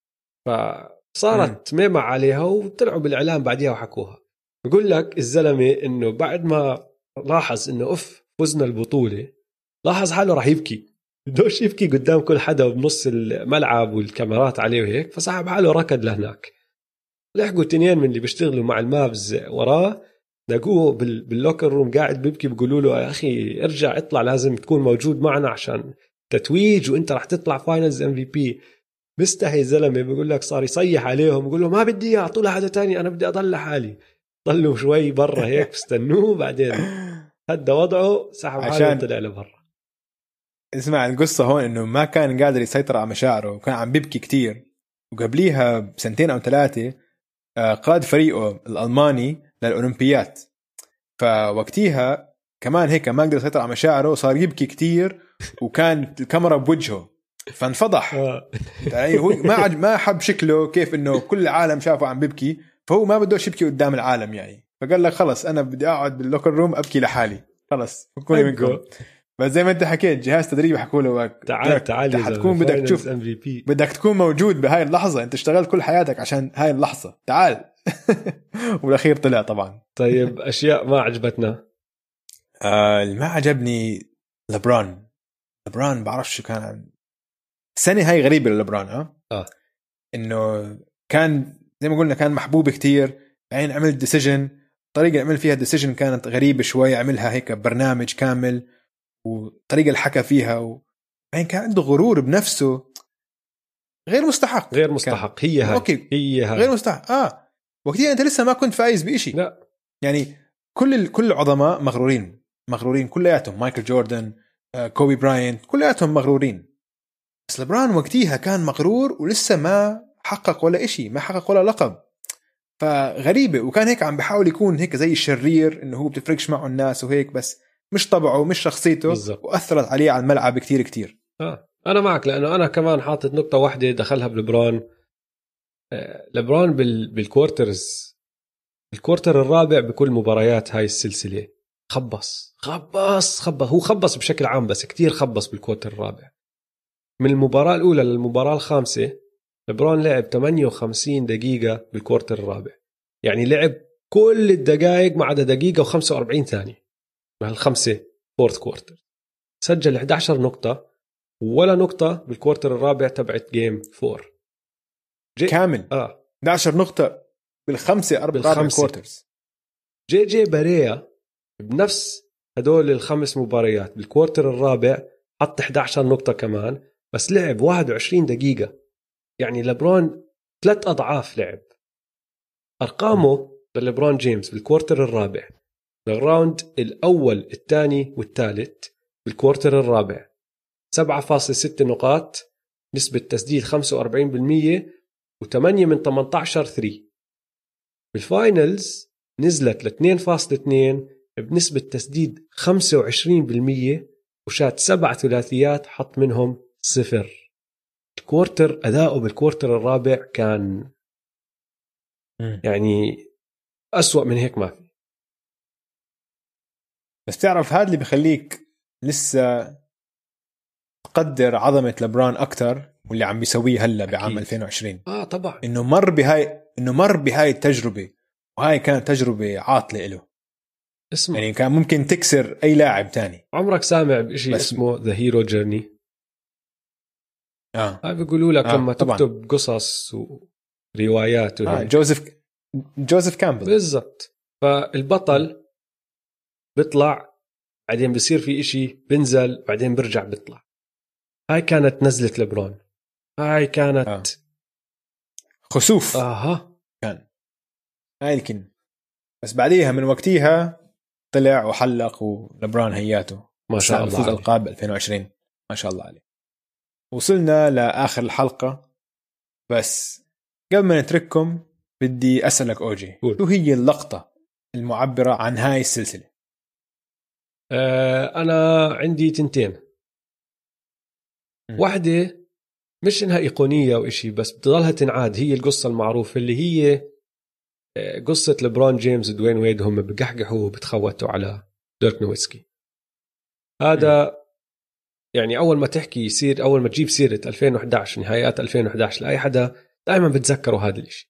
فصارت ميمة عليها وطلعوا بالإعلام بعدها وحكوها. بقول لك الزلمة إنه بعد ما لاحظ إنه فزنا البطولة لاحظ حاله راح يبكي، بدوش يبكي قدام كل حدا بنص الملعب والكاميرات عليه وهيك، فصاحب حاله ركض لهناك. لحقوا تنين من اللي بيشتغلوا مع المافز وراه لقوه باللوكر روم قاعد بيبكي. بيقولوا له يا أخي ارجع اطلع، لازم تكون موجود معنا عشان تتويج وانت راح تطلع فاينلز MVP. مستحي زلمه. بيقول لك صار يصيح عليهم يقول له ما بدي اعطوا له حدا تاني، انا بدي اضل لحالي. ضلوا شوي برا هيك استنوه بعدين هدى وضعه سحب حاله وطلع لبرا. اسمع القصه هون انه ما كان قادر يسيطر على مشاعره وكان عم بيبكي كتير. وقبليها بسنتين او 3 قاد فريقه الالماني للاولمبيات، فوقتيها كمان هيك ما قدر يسيطر على مشاعره وصار يبكي كتير وكان الكاميرا بوجهه فانفضح. يعني هو ما حب شكله كيف انه كل العالم شافه عم بيبكي، فهو ما بدوش يبكي قدام العالم يعني. فقال لك خلص انا بدي اقعد باللوكر روم ابكي لحالي، خلص فكوني منكم. بس زي ما انت حكيت جهاز تدريب حكوا له تعال حتكون بدك تشوف بدك تكون موجود بهاي اللحظة، انت اشتغلت كل حياتك عشان هاي اللحظة، تعال. والاخير طلع طبعا. طيب اشياء ما عجبتنا. ما عجبني لبران بعرفش شو كان السنة هاي غريبة للبران. انه كان زي ما قلنا كان محبوب كتير، بعدين عمل ديسيجن، الطريقة اللي عمل فيها ديسيجن كانت غريبة شوي، عملها هيك برنامج كامل وطريقة اللي حكى فيها بعدين كان عنده غرور بنفسه غير مستحق. هي هاي أوكي. هي هاي غير مستحق. وقتها انت لسه ما كنت فايز بإشي. لا يعني كل العظماء مغرورين كلياتهم، مايكل جوردن، كوبي براينت، كلياتهم مغرورين. بس لبران وقتها كان مغرور ولسه ما حقق ولا إشي، ما حقق ولا لقب. فغريبة. وكان هيك عم بحاول يكون هيك زي الشرير، انه هو بتفرقش معه الناس وهيك، بس مش طبعه ومش شخصيته بالزبط. وأثرت عليه على الملعب كتير. أنا معك، لأنه أنا كمان حاطت نقطة واحدة دخلها بلبران. لبران بالكوارترز، الكوارتر الرابع بكل مباريات هاي السلسلة خبص. هو خبص بشكل عام، بس كتير خبص بالكوارتر الرابع. من المباراة الأولى للمباراة الخامسة لبران لعب 58 دقيقة بالكوارتر الرابع، يعني لعب كل الدقائق ما عدا دقيقة و45 ثانية مع الخمسة فورث كوارتر. سجل 11 نقطة ولا نقطة بالكوارتر الرابع تبعت جيم 4 كامل. 11 نقطة بالخمسة أربع كوارترز. جي باريا بنفس هدول الخمس مباريات بالكوارتر الرابع حط 11 نقطة كمان، بس لعب 21 دقيقة. يعني لبرون 3 أضعاف لعب. أرقامه للبرون جيمس بالكوارتر الرابع بالراوند الأول الثاني والثالث بالكوارتر الرابع 7.6 نقاط، نسبة تسديد 45% و8 من 18 3. بالفاينلز نزلت ل 2.2 بنسبة تسديد 25% وشات 7 ثلاثيات حط منهم 0. الكوارتر أداؤه بالكوارتر الرابع كان يعني أسوأ من هيك ما في. بس تعرف هذا اللي بيخليك لسه تقدر عظمة لبران أكتر واللي عم بيسويه هلا بعام 2020. طبعا إنه مر بهاي التجربة، وهاي كانت تجربة عاطلة له. اسمع، يعني كان ممكن تكسر أي لاعب تاني. عمرك سامع بشيء اسمه The Hero Journey؟ هاي بيقولوا لك لما طبعاً. تكتب قصص وروايات جوزيف كامبل بالضبط. فالبطل بيطلع بعدين بيصير في إشي، بنزل بعدين برجع بيطلع. هاي كانت نزلة لبرون، هاي كانت خسوف. كان هاي الكن، بس بعديها من وقتها طلع وحلق ولبران هياته ما شاء الله. فوز ألقاب 2020 ما شاء الله عليه. وصلنا لآخر الحلقة، بس قبل ما نترككم بدي أسألك أوجي، شو هي اللقطة المعبرة عن هاي السلسلة؟ أنا عندي تنتين. واحدة مش إنها إيقونية أو إشي، بس بتضلها تنعاد، هي القصة المعروفة اللي هي قصة لبرون جيمس ودوين ويد هم بقحقحوا وبتخوتوا على ديرك نويتسكي. هذا يعني أول ما تحكي يصير، أول ما تجيب سيرة 2011 نهايات 2011 لأي حدا دائما بتذكروا هذا الإشي.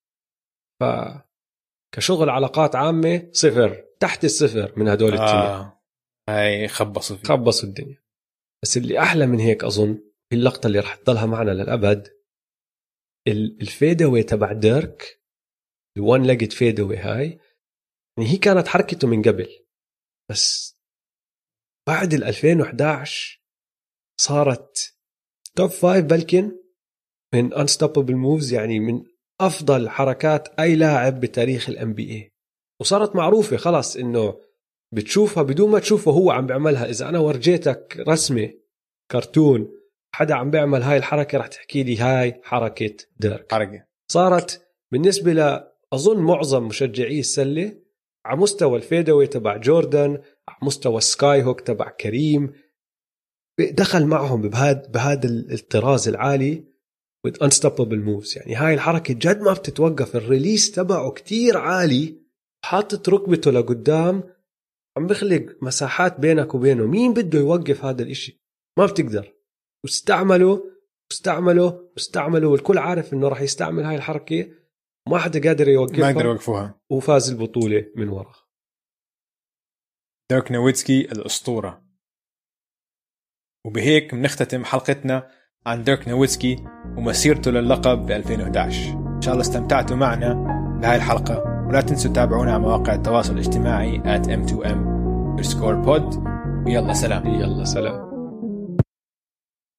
فكشغل علاقات عامة 0 تحت 0 من هدول التنين. هاي خبصوا الدنيا. بس اللي أحلى من هيك أظن هي اللقطة اللي رح تضلها معنا للأبد، الفيدوي تبع ديرك، الوان لقت فيدوي هاي. يعني هي كانت حركته من قبل، بس بعد 2011 صارت توب 5 بلكن من unstoppable moves، يعني من أفضل حركات أي لاعب بتاريخ NBA. وصارت معروفة خلاص إنه بتشوفها بدون ما تشوفه هو عم بيعملها. إذا أنا ورجيتك رسمة كرتون حدا عم بيعمل هاي الحركة رح تحكي لي هاي حركة ديرك. صارت بالنسبة لأظن معظم مشجعي السلة على مستوى الفيدوي تبع جوردن، على مستوى السكاي هوك تبع كريم، دخل معهم بهذا الطراز العالي with unstoppable moves. يعني هاي الحركة جد ما بتتوقف، الريليس تبعه كتير عالي، حاطت ركبته لقدام، عم بخلق مساحات بينك وبينه. مين بده يوقف هذا الاشي؟ ما بتقدر. واستعملوا والكل عارف انه راح يستعمل هاي الحركة، ما حدا قادر يوقفها، ما قدر يوقفوها، وفاز البطولة من ورا. ديرك نويتسكي الأسطورة. وبهيك بنختتم حلقتنا عن ديرك نويتسكي ومسيرته للقب ب 2011. إن شاء الله استمتعتوا معنا بهاي الحلقة، ولا تنسوا تتابعونا على مواقع التواصل الاجتماعي @m2m_pod. ويلا سلام.